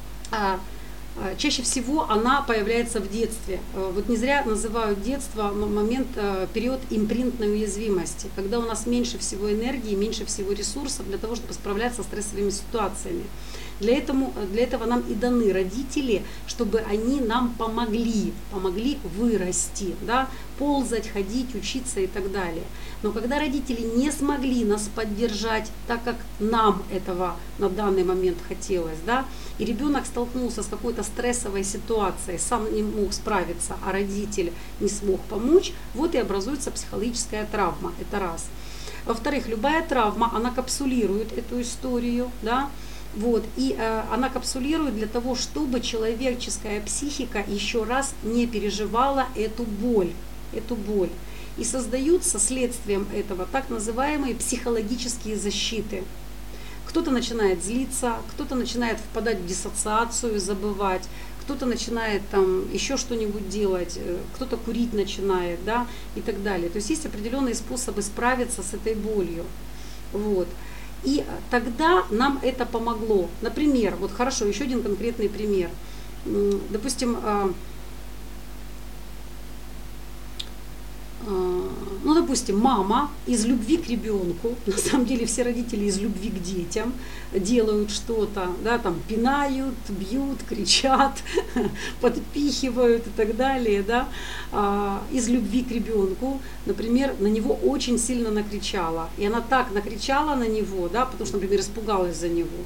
Чаще всего она появляется в детстве. Вот не зря называют детство момент, период импринтной уязвимости, когда у нас меньше всего энергии, меньше всего ресурсов для того, чтобы справляться с стрессовыми ситуациями. Для этого, для этого нам и даны родители, чтобы они нам помогли, помогли вырасти, да, ползать, ходить, учиться и так далее. Но когда родители не смогли нас поддержать так, как нам этого на данный момент хотелось, да, и ребенок столкнулся с какой-то стрессовой ситуацией, сам не мог справиться, а родитель не смог помочь, вот и образуется психологическая травма, это раз. Во-вторых, любая травма, она капсулирует эту историю, да, вот, и э, она капсулирует для того, чтобы человеческая психика еще раз не переживала эту боль, эту боль. И создаются следствием этого так называемые психологические защиты. Кто-то начинает злиться, кто-то начинает впадать в диссоциацию, забывать, кто-то начинает там еще что-нибудь делать, кто-то курить начинает, да, и так далее. То есть есть определенные способы справиться с этой болью. Вот. И тогда нам это помогло. Например, вот хорошо, еще один конкретный пример. Допустим, ну, допустим, мама из любви к ребенку, на самом деле все родители из любви к детям делают что-то, да, там пинают, бьют, кричат, подпихивают и так далее, да, из любви к ребенку, например, на него очень сильно накричала, и она так накричала на него, да, потому что, например, испугалась за него.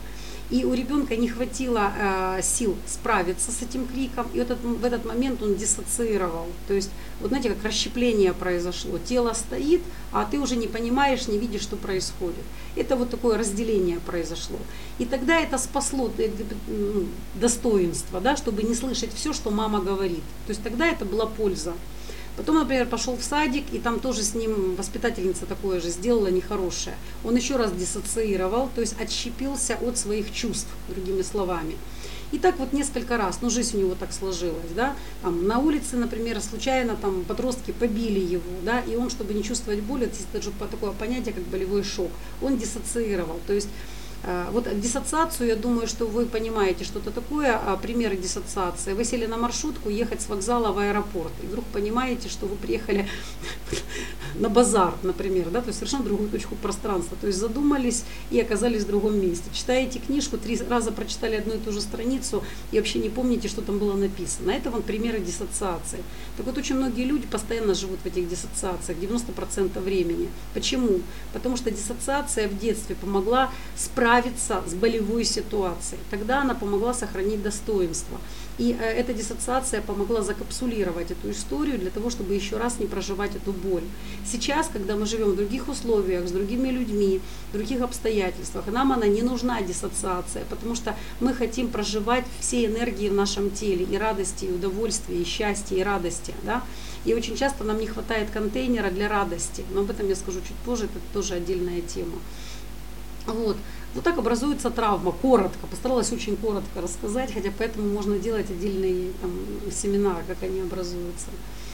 И у ребенка не хватило э, сил справиться с этим криком, и вот этот, в этот момент он диссоциировал. То есть, вот знаете, как расщепление произошло. Тело стоит, а ты уже не понимаешь, не видишь, что происходит. Это вот такое разделение произошло. И тогда это спасло достоинство, да, чтобы не слышать все, что мама говорит. То есть тогда это была польза. Потом, например, пошел в садик, и там тоже с ним воспитательница такое же сделала нехорошее. Он еще раз диссоциировал, то есть отщепился от своих чувств, другими словами. И так вот несколько раз, ну жизнь у него так сложилась, да, там, на улице, например, случайно там подростки побили его, да, и он, чтобы не чувствовать боли, это же такое понятие, как болевой шок, он диссоциировал, то есть вот диссоциацию, я думаю, что вы понимаете, что это такое, примеры диссоциации. Вы сели на маршрутку ехать с вокзала в аэропорт, и вдруг понимаете, что вы приехали на базар, например, да, то есть совершенно другую точку пространства, то есть задумались и оказались в другом месте. Читаете книжку, три раза прочитали одну и ту же страницу и вообще не помните, что там было написано. Это вот примеры диссоциации. Так вот, очень многие люди постоянно живут в этих диссоциациях, девяносто процентов времени. Почему? Потому что диссоциация в детстве помогла справиться с болевой ситуацией. Тогда она помогла сохранить достоинство. И э, эта диссоциация помогла закапсулировать эту историю для того, чтобы еще раз не проживать эту боль. Сейчас, когда мы живем в других условиях, с другими людьми, в других обстоятельствах, нам она не нужна, диссоциация, потому что мы хотим проживать все энергии в нашем теле, и радости, и удовольствия, и счастья, и радости. Да? И очень часто нам не хватает контейнера для радости. Но об этом я скажу чуть позже, это тоже отдельная тема. Вот. Вот так образуется травма, коротко, постаралась очень коротко рассказать, хотя поэтому можно делать отдельные там, семинары, как они образуются.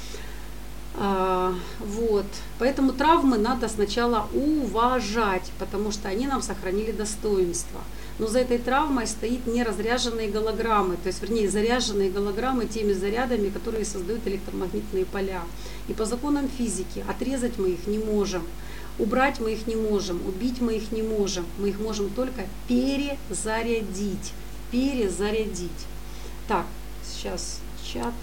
А, вот. Поэтому травмы надо сначала уважать, потому что они нам сохранили достоинство. Но за этой травмой стоит неразряженные голограммы, то есть, вернее, заряженные голограммы теми зарядами, которые создают электромагнитные поля. И по законам физики отрезать мы их не можем. Убрать мы их не можем, убить мы их не можем, мы их можем только перезарядить, перезарядить. Так, сейчас чат,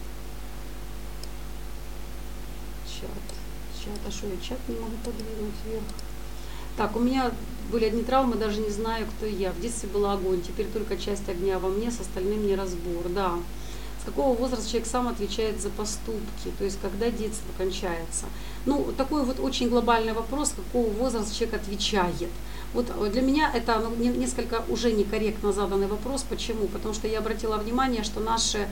чат, чат, а что я чат не могу подвинуть вверх? Так, у меня были одни травмы, даже не знаю, кто я. В детстве был огонь, теперь только часть огня во мне, с остальным не разбор, да. С какого возраста человек сам отвечает за поступки, то есть когда детство кончается. Ну, такой вот очень глобальный вопрос, с какого возраста человек отвечает. Вот для меня это ну, несколько уже некорректно заданный вопрос. Почему? Потому что я обратила внимание, что наши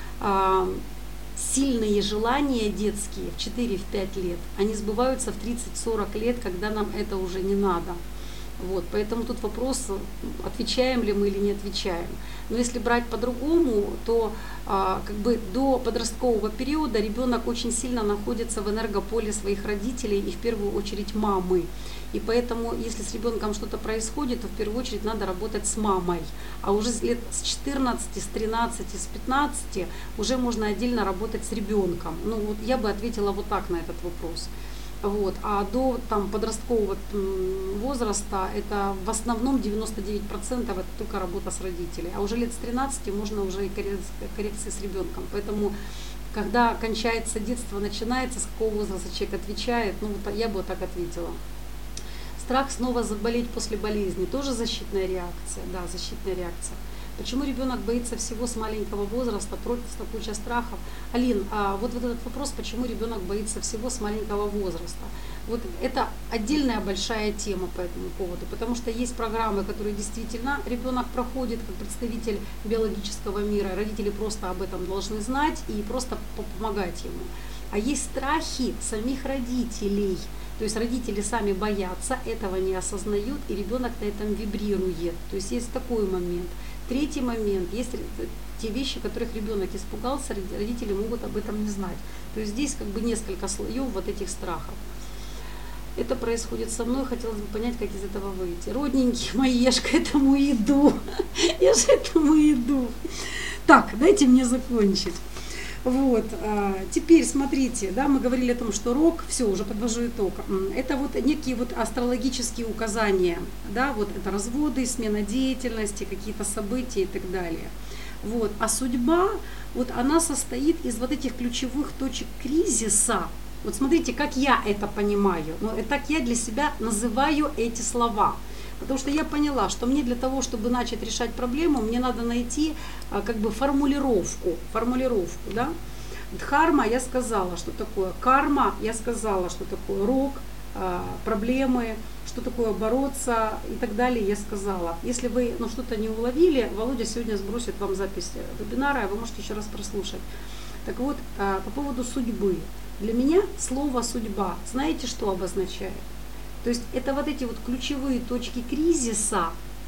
э, сильные желания детские в четыре-пять лет, они сбываются в тридцать-сорок лет, когда нам это уже не надо. Вот, поэтому тут вопрос, отвечаем ли мы или не отвечаем. Но если брать по-другому, то а, как бы до подросткового периода ребенок очень сильно находится в энергополе своих родителей и в первую очередь мамы. И поэтому, если с ребенком что-то происходит, то в первую очередь надо работать с мамой. А уже лет с четырнадцати, с тринадцати, с пятнадцати уже можно отдельно работать с ребенком. Ну вот я бы ответила вот так на этот вопрос. Вот. А до там, подросткового возраста это в основном девяносто девять процентов это только работа с родителями. А уже лет с тринадцати можно уже и коррекции с ребенком. Поэтому, когда кончается детство, начинается, с какого возраста человек отвечает, ну вот я бы вот так ответила. Страх снова заболеть после болезни, тоже защитная реакция, да, защитная реакция. Почему ребенок боится всего с маленького возраста, против куча страхов? Алин, а вот, вот этот вопрос, почему ребенок боится всего с маленького возраста? Вот это отдельная большая тема по этому поводу, потому что есть программы, которые действительно ребенок проходит как представитель биологического мира, родители просто об этом должны знать и просто помогать ему. А есть страхи самих родителей. То есть родители сами боятся, этого не осознают, и ребенок на этом вибрирует. То есть есть такой момент. Третий момент, есть те вещи, которых ребенок испугался, родители могут об этом не знать. То есть здесь как бы несколько слоев вот этих страхов. Это происходит со мной, хотелось бы понять, как из этого выйти. Родненькие мои, я ж к этому иду, я ж к этому иду. Так, дайте мне закончить. Вот, теперь смотрите, да, мы говорили о том, что рок, все, уже подвожу итог, это вот некие вот астрологические указания, да, вот это разводы, смена деятельности, какие-то события и так далее. Вот, а судьба, вот она состоит из вот этих ключевых точек кризиса. Вот смотрите, как я это понимаю, ну, так я для себя называю эти слова. Потому что я поняла, что мне для того, чтобы начать решать проблему, мне надо найти как бы формулировку, формулировку, да. Дхарма, я сказала, что такое карма, я сказала, что такое рок, проблемы, что такое бороться и так далее, я сказала. Если вы ну, что-то не уловили, Володя сегодня сбросит вам запись вебинара, вы можете еще раз прослушать. Так вот, по поводу судьбы. Для меня слово «судьба», знаете, что обозначает? То есть это вот эти вот ключевые точки кризиса,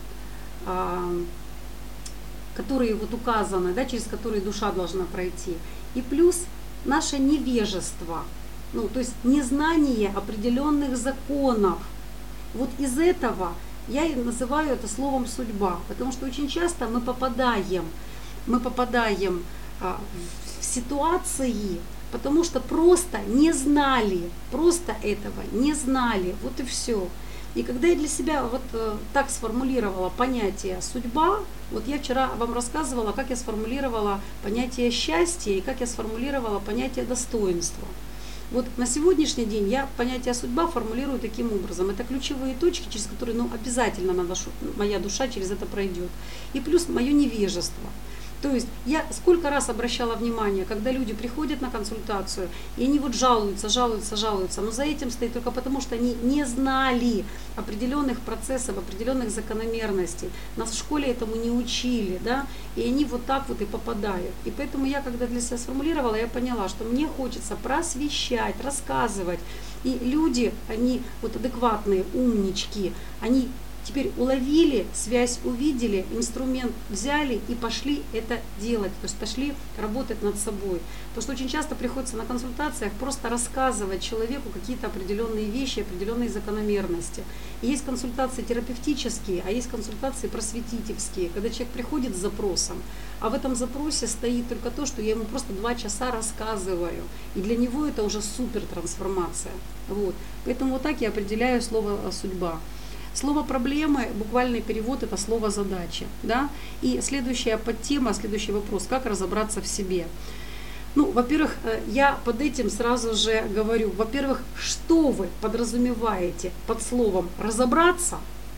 которые вот указаны, да, через которые душа должна пройти. И плюс наше невежество, ну, то есть незнание определенных законов. Вот из этого я и называю это словом «судьба», потому что очень часто мы попадаем, мы попадаем а, в ситуации, потому что просто не знали, просто этого не знали, вот и все. И когда я для себя вот э, так сформулировала понятие «судьба», вот я вчера вам рассказывала, как я сформулировала понятие счастья и как я сформулировала понятие достоинства. Вот на сегодняшний день я понятие «судьба» формулирую таким образом. Это ключевые точки, через которые ну, обязательно надо, моя душа через это пройдет. И плюс мое невежество. То есть я сколько раз обращала внимание, когда люди приходят на консультацию, и они вот жалуются, жалуются, жалуются, но за этим стоит только потому, что они не знали определенных процессов, определенных закономерностей. Нас в школе этому не учили, да, и они вот так вот и попадают. И поэтому я, когда для себя сформулировала, я поняла, что мне хочется просвещать, рассказывать. И люди, они вот адекватные, умнички, они теперь уловили, связь увидели, инструмент взяли и пошли это делать, то есть пошли работать над собой. Потому что очень часто приходится на консультациях просто рассказывать человеку какие-то определенные вещи, определенные закономерности. И есть консультации терапевтические, а есть консультации просветительские, когда человек приходит с запросом, а в этом запросе стоит только то, что я ему просто два часа рассказываю. И для него это уже супер трансформация. Вот. Поэтому вот так я определяю слово «судьба». Слово «проблемы», буквальный перевод – это слово «задача». Да? И следующая подтема, следующий вопрос – как разобраться в себе. Ну, во-первых, я под этим сразу же говорю, во-первых, что вы подразумеваете под словом «разобраться»?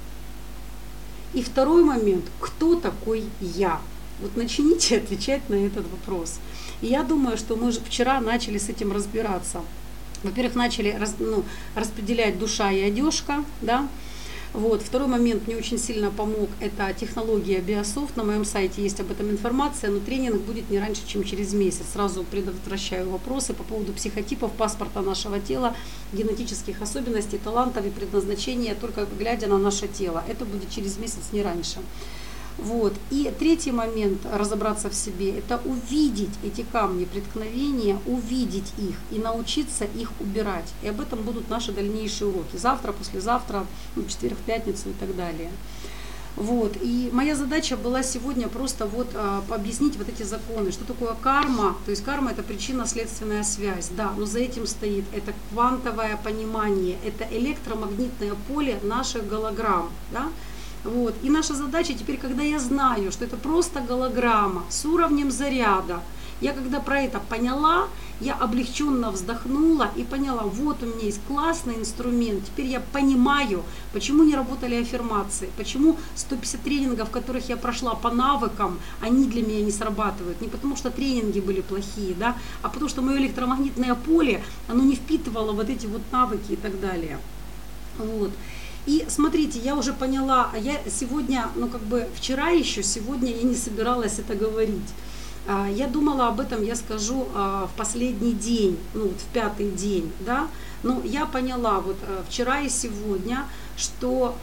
И второй момент – кто такой я? Вот начните отвечать на этот вопрос. И я думаю, что мы же вчера начали с этим разбираться. Во-первых, начали ну, распределять душа и одежка, да? Вот. Второй момент мне очень сильно помог, это технология Биософт. На моем сайте есть об этом информация, но тренинг будет не раньше, чем через месяц. Сразу предотвращаю вопросы по поводу психотипов, паспорта нашего тела, генетических особенностей, талантов и предназначения, только глядя на наше тело. Это будет через месяц, не раньше. Вот. И третий момент разобраться в себе – это увидеть эти камни преткновения, увидеть их и научиться их убирать. И об этом будут наши дальнейшие уроки. Завтра, послезавтра, в четверг, в пятницу и так далее. Вот. И моя задача была сегодня просто вот а, объяснить вот эти законы, что такое карма. То есть карма – это причинно-следственная связь, да, но за этим стоит это квантовое понимание, это электромагнитное поле наших голограмм, да. Вот. И наша задача теперь, когда я знаю, что это просто голограмма с уровнем заряда, я когда про это поняла, я облегченно вздохнула и поняла, вот у меня есть классный инструмент, теперь я понимаю, почему не работали аффирмации, почему сто пятьдесят тренингов, которых я прошла по навыкам, они для меня не срабатывают. Не потому что тренинги были плохие, да, а потому что мое электромагнитное поле, оно не впитывало вот эти вот навыки и так далее. Вот. И смотрите, я уже поняла, а я сегодня, ну как бы вчера еще, сегодня я не собиралась это говорить. Я думала об этом, я скажу, в последний день, ну вот в пятый день, да. Но я поняла вот вчера и сегодня, что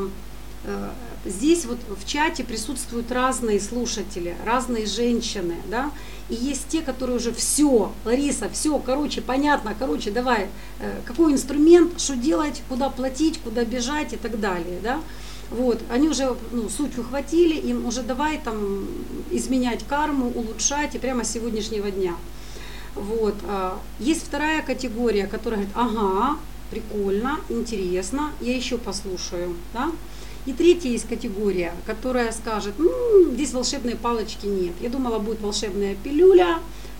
здесь вот в чате присутствуют разные слушатели, разные женщины, да, и есть те, которые уже все, Лариса, все, короче, понятно, короче, давай, какой инструмент, что делать, куда платить, куда бежать и так далее, да. Вот, они уже ну, суть ухватили, им уже давай там изменять карму, улучшать и прямо с сегодняшнего дня. Вот. Есть вторая категория, которая говорит, ага, прикольно, интересно, я еще послушаю, да. И третья есть категория, которая скажет, м-м, здесь волшебной палочки нет. Я думала, будет волшебная пилюля,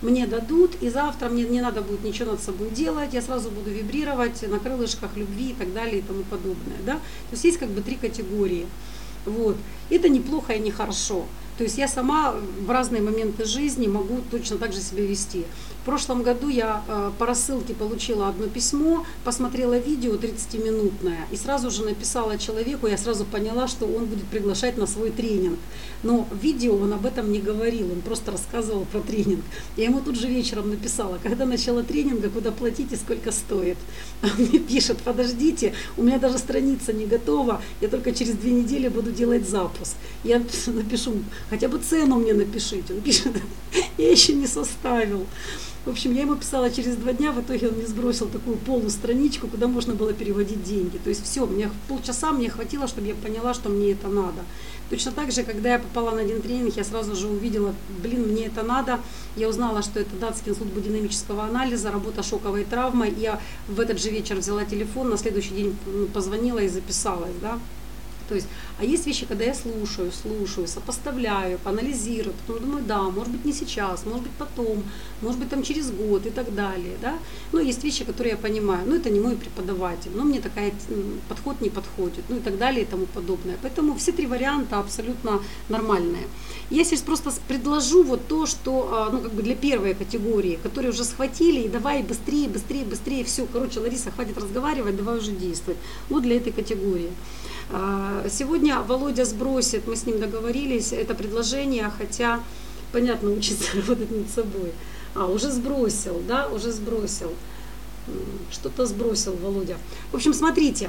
мне дадут, и завтра мне не надо будет ничего над собой делать, я сразу буду вибрировать на крылышках любви и так далее и тому подобное. Да? То есть есть как бы три категории. Вот. Это неплохо и нехорошо. То есть я сама в разные моменты жизни могу точно так же себя вести. В прошлом году я э, по рассылке получила одно письмо, посмотрела видео тридцатиминутное и сразу же написала человеку, я сразу поняла, что он будет приглашать на свой тренинг. Но в видео он об этом не говорил, он просто рассказывал про тренинг. Я ему тут же вечером написала, когда начало тренинга, куда платить и сколько стоит. Он мне пишет, подождите, у меня даже страница не готова, я только через две недели буду делать запуск. Я напишу, хотя бы цену мне напишите. Он пишет, я еще не составил. В общем, я ему писала через два дня, в итоге он мне сбросил такую полустраничку, куда можно было переводить деньги. То есть все, мне полчаса мне хватило, чтобы я поняла, что мне это надо. Точно так же, когда я попала на один тренинг, я сразу же увидела, блин, мне это надо. Я узнала, что это Датский институт биодинамического анализа, работа шоковой травмой. Я в этот же вечер взяла телефон, на следующий день позвонила и записалась, да. То есть, а есть вещи, когда я слушаю, слушаю, сопоставляю, анализирую, потом думаю, да, может быть не сейчас, может быть потом, может быть там через год и так далее, да. Но есть вещи, которые я понимаю, ну это не мой преподаватель, но мне такая подход не подходит, ну и так далее и тому подобное. Поэтому все три варианта абсолютно нормальные. Я сейчас просто предложу вот то, что, ну как бы для первой категории, которые уже схватили, и давай быстрее, быстрее, быстрее, все, короче, Лариса, хватит разговаривать, давай уже действовать. Вот для этой категории. Сегодня Володя сбросит, мы с ним договорились, это предложение, хотя, понятно, учится работать над собой. А, уже сбросил, да, уже сбросил. Что-то сбросил Володя. В общем, смотрите,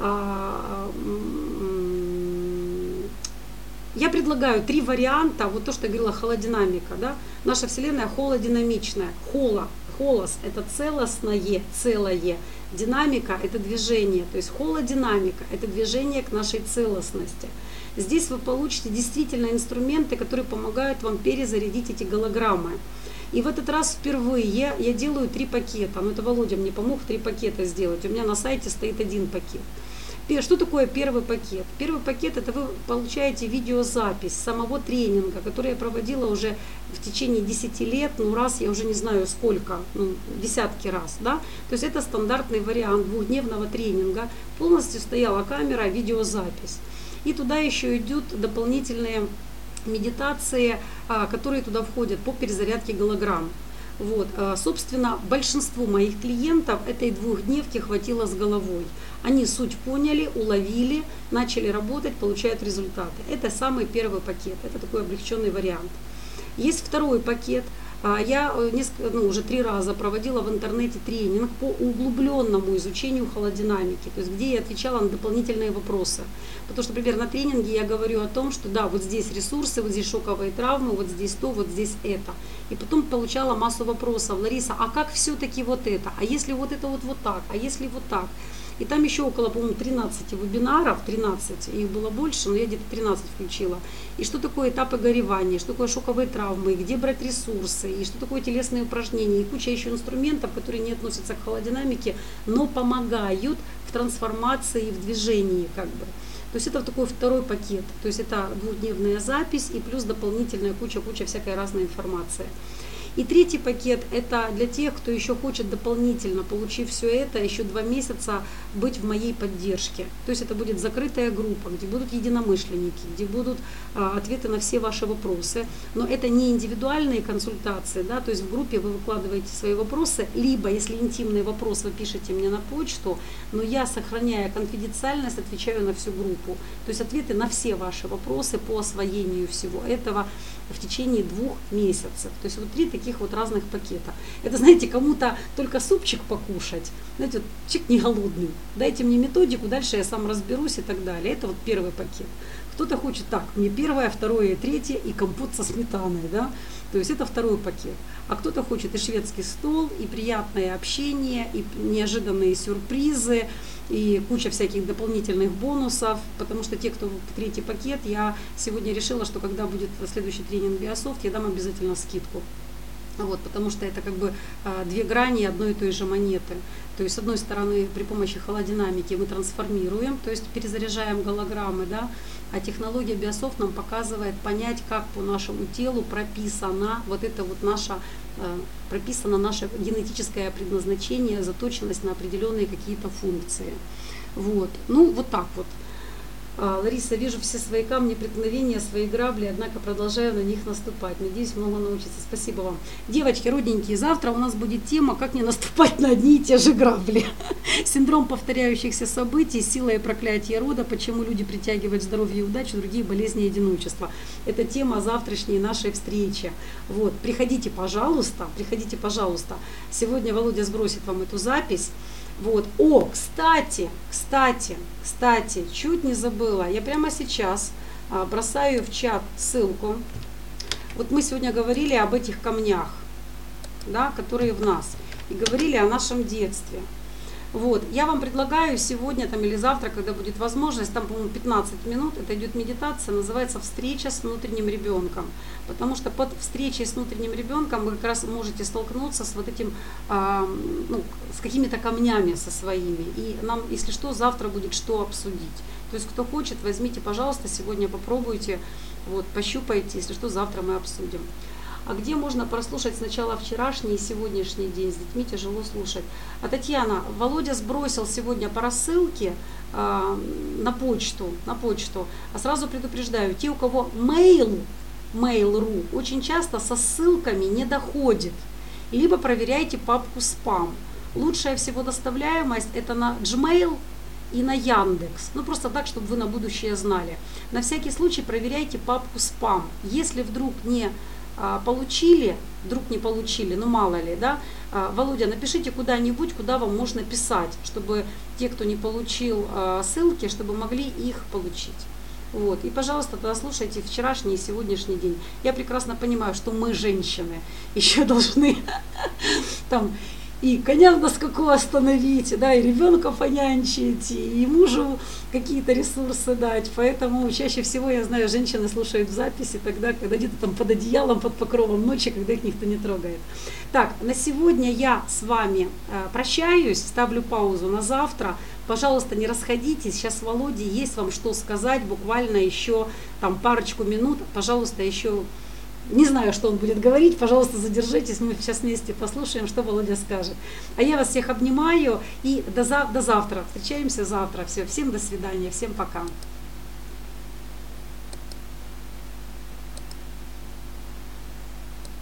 я предлагаю три варианта, вот то, что я говорила, холодинамика, да, наша Вселенная холодинамичная, холо, холос – это целостное, целое. Динамика – это движение, то есть холодинамика – это движение к нашей целостности. Здесь вы получите действительно инструменты, которые помогают вам перезарядить эти голограммы. И в этот раз впервые я делаю три пакета. Ну это Володя мне помог три пакета сделать. У меня на сайте стоит один пакет. Что такое первый пакет? Первый пакет – это вы получаете видеозапись самого тренинга, который я проводила уже в течение десяти лет, ну раз, я уже не знаю сколько, ну, десятки раз, да. То есть это стандартный вариант двухдневного тренинга. Полностью стояла камера, видеозапись. И туда еще идут дополнительные медитации, которые туда входят по перезарядке голограмм. Вот, собственно, большинству моих клиентов этой двухдневки хватило с головой. Они суть поняли, уловили, начали работать, получают результаты. Это самый первый пакет, это такой облегченный вариант. Есть второй пакет. Я несколько, ну, уже три раза проводила в интернете тренинг по углубленному изучению холодинамики, то есть где я отвечала на дополнительные вопросы. Потому что, например, на тренинге я говорю о том, что да, вот здесь ресурсы, вот здесь шоковые травмы, вот здесь то, вот здесь это. И потом получала массу вопросов. Лариса, а как все-таки вот это? А если вот это вот вот так? А если вот так? И там еще около, по-моему, тринадцати вебинаров, тринадцать, их было больше, но я где-то тринадцать включила. И что такое этапы горевания, что такое шоковые травмы, где брать ресурсы, и что такое телесные упражнения, и куча еще инструментов, которые не относятся к холодинамике, но помогают в трансформации и в движении, как бы. То есть это такой второй пакет, то есть это двухдневная запись и плюс дополнительная куча-куча всякой разной информации. И третий пакет – это для тех, кто еще хочет дополнительно, получив все это, еще два месяца быть в моей поддержке. То есть это будет закрытая группа, где будут единомышленники, где будут а, ответы на все ваши вопросы. Но это не индивидуальные консультации, да, то есть в группе вы выкладываете свои вопросы, либо, если интимный вопрос, вы пишете мне на почту, но я, сохраняя конфиденциальность, отвечаю на всю группу. То есть ответы на все ваши вопросы по освоению всего этого в течение двух месяцев. То есть вот три таких вот разных пакета. Это, знаете, кому-то только супчик покушать, знаете, вот чик не голодный, дайте мне методику, дальше я сам разберусь и так далее. Это вот первый пакет. Кто-то хочет так, мне первое, второе, третье и компот со сметаной, да, то есть это второй пакет. А кто-то хочет и шведский стол, и приятное общение, и неожиданные сюрпризы, и куча всяких дополнительных бонусов, потому что те, кто в третий пакет, я сегодня решила, что когда будет следующий тренинг Биософт, я дам обязательно скидку. Вот, потому что это как бы а, две грани одной и той же монеты. То есть, с одной стороны, при помощи холодинамики мы трансформируем, то есть перезаряжаем голограммы, да, а технология Биософт нам показывает понять, как по нашему телу прописана вот это вот наша, а, прописано наше генетическое предназначение, заточенность на определенные какие-то функции. Вот, ну вот так вот. Лариса, вижу все свои камни преткновения, свои грабли, однако продолжаю на них наступать. Надеюсь, много научиться. Спасибо вам. Девочки, родненькие, завтра у нас будет тема, как не наступать на одни и те же грабли. Синдром повторяющихся событий, сила и проклятие рода, почему люди притягивают здоровье и удачу, другие болезни и одиночество. Это тема завтрашней нашей встречи. Вот, приходите, пожалуйста, приходите, пожалуйста. Сегодня Володя сбросит вам эту запись. Вот. О, кстати, кстати, кстати, чуть не забыла. Я прямо сейчас а, бросаю в чат ссылку. Вот мы сегодня говорили об этих камнях, да, которые в нас. И говорили о нашем детстве. Вот. Я вам предлагаю сегодня там, или завтра, когда будет возможность, там, по-моему, пятнадцать минут, это идет медитация, называется «Встреча с внутренним ребенком». Потому что под встречей с внутренним ребенком вы как раз можете столкнуться с вот этим, а, ну, с какими-то камнями со своими. И нам, если что, завтра будет что обсудить. То есть, кто хочет, возьмите, пожалуйста, сегодня попробуйте, вот, пощупайте, если что, завтра мы обсудим. А где можно прослушать сначала вчерашний и сегодняшний день? С детьми тяжело слушать. А Татьяна, Володя сбросил сегодня по рассылке э, на почту, на почту. А сразу предупреждаю, те, у кого mail, mail.ru, очень часто со ссылками не доходит. Либо проверяйте папку спам. Лучшая всего доставляемость это на Gmail и на Яндекс. Ну просто так, чтобы вы на будущее знали. На всякий случай проверяйте папку спам. Если вдруг не получили, вдруг не получили, ну мало ли, да, Володя, напишите куда-нибудь, куда вам можно писать, чтобы те, кто не получил ссылки, чтобы могли их получить. Вот. И, пожалуйста, тогда слушайте вчерашний и сегодняшний день. Я прекрасно понимаю, что мы, женщины, еще должны там и коня на скаку остановить, да, и ребенка понянчить, и мужу какие-то ресурсы дать. Поэтому чаще всего, я знаю, женщины слушают в записи тогда, когда где-то там под одеялом, под покровом ночи, когда их никто не трогает. Так, на сегодня я с вами э, прощаюсь, ставлю паузу на завтра. Пожалуйста, не расходитесь, сейчас Володе есть вам что сказать, буквально еще там парочку минут, пожалуйста, еще... Не знаю, что он будет говорить, пожалуйста, задержитесь, мы сейчас вместе послушаем, что Володя скажет. А я вас всех обнимаю и до, зав до завтра, встречаемся завтра. Все, всем до свидания, всем пока.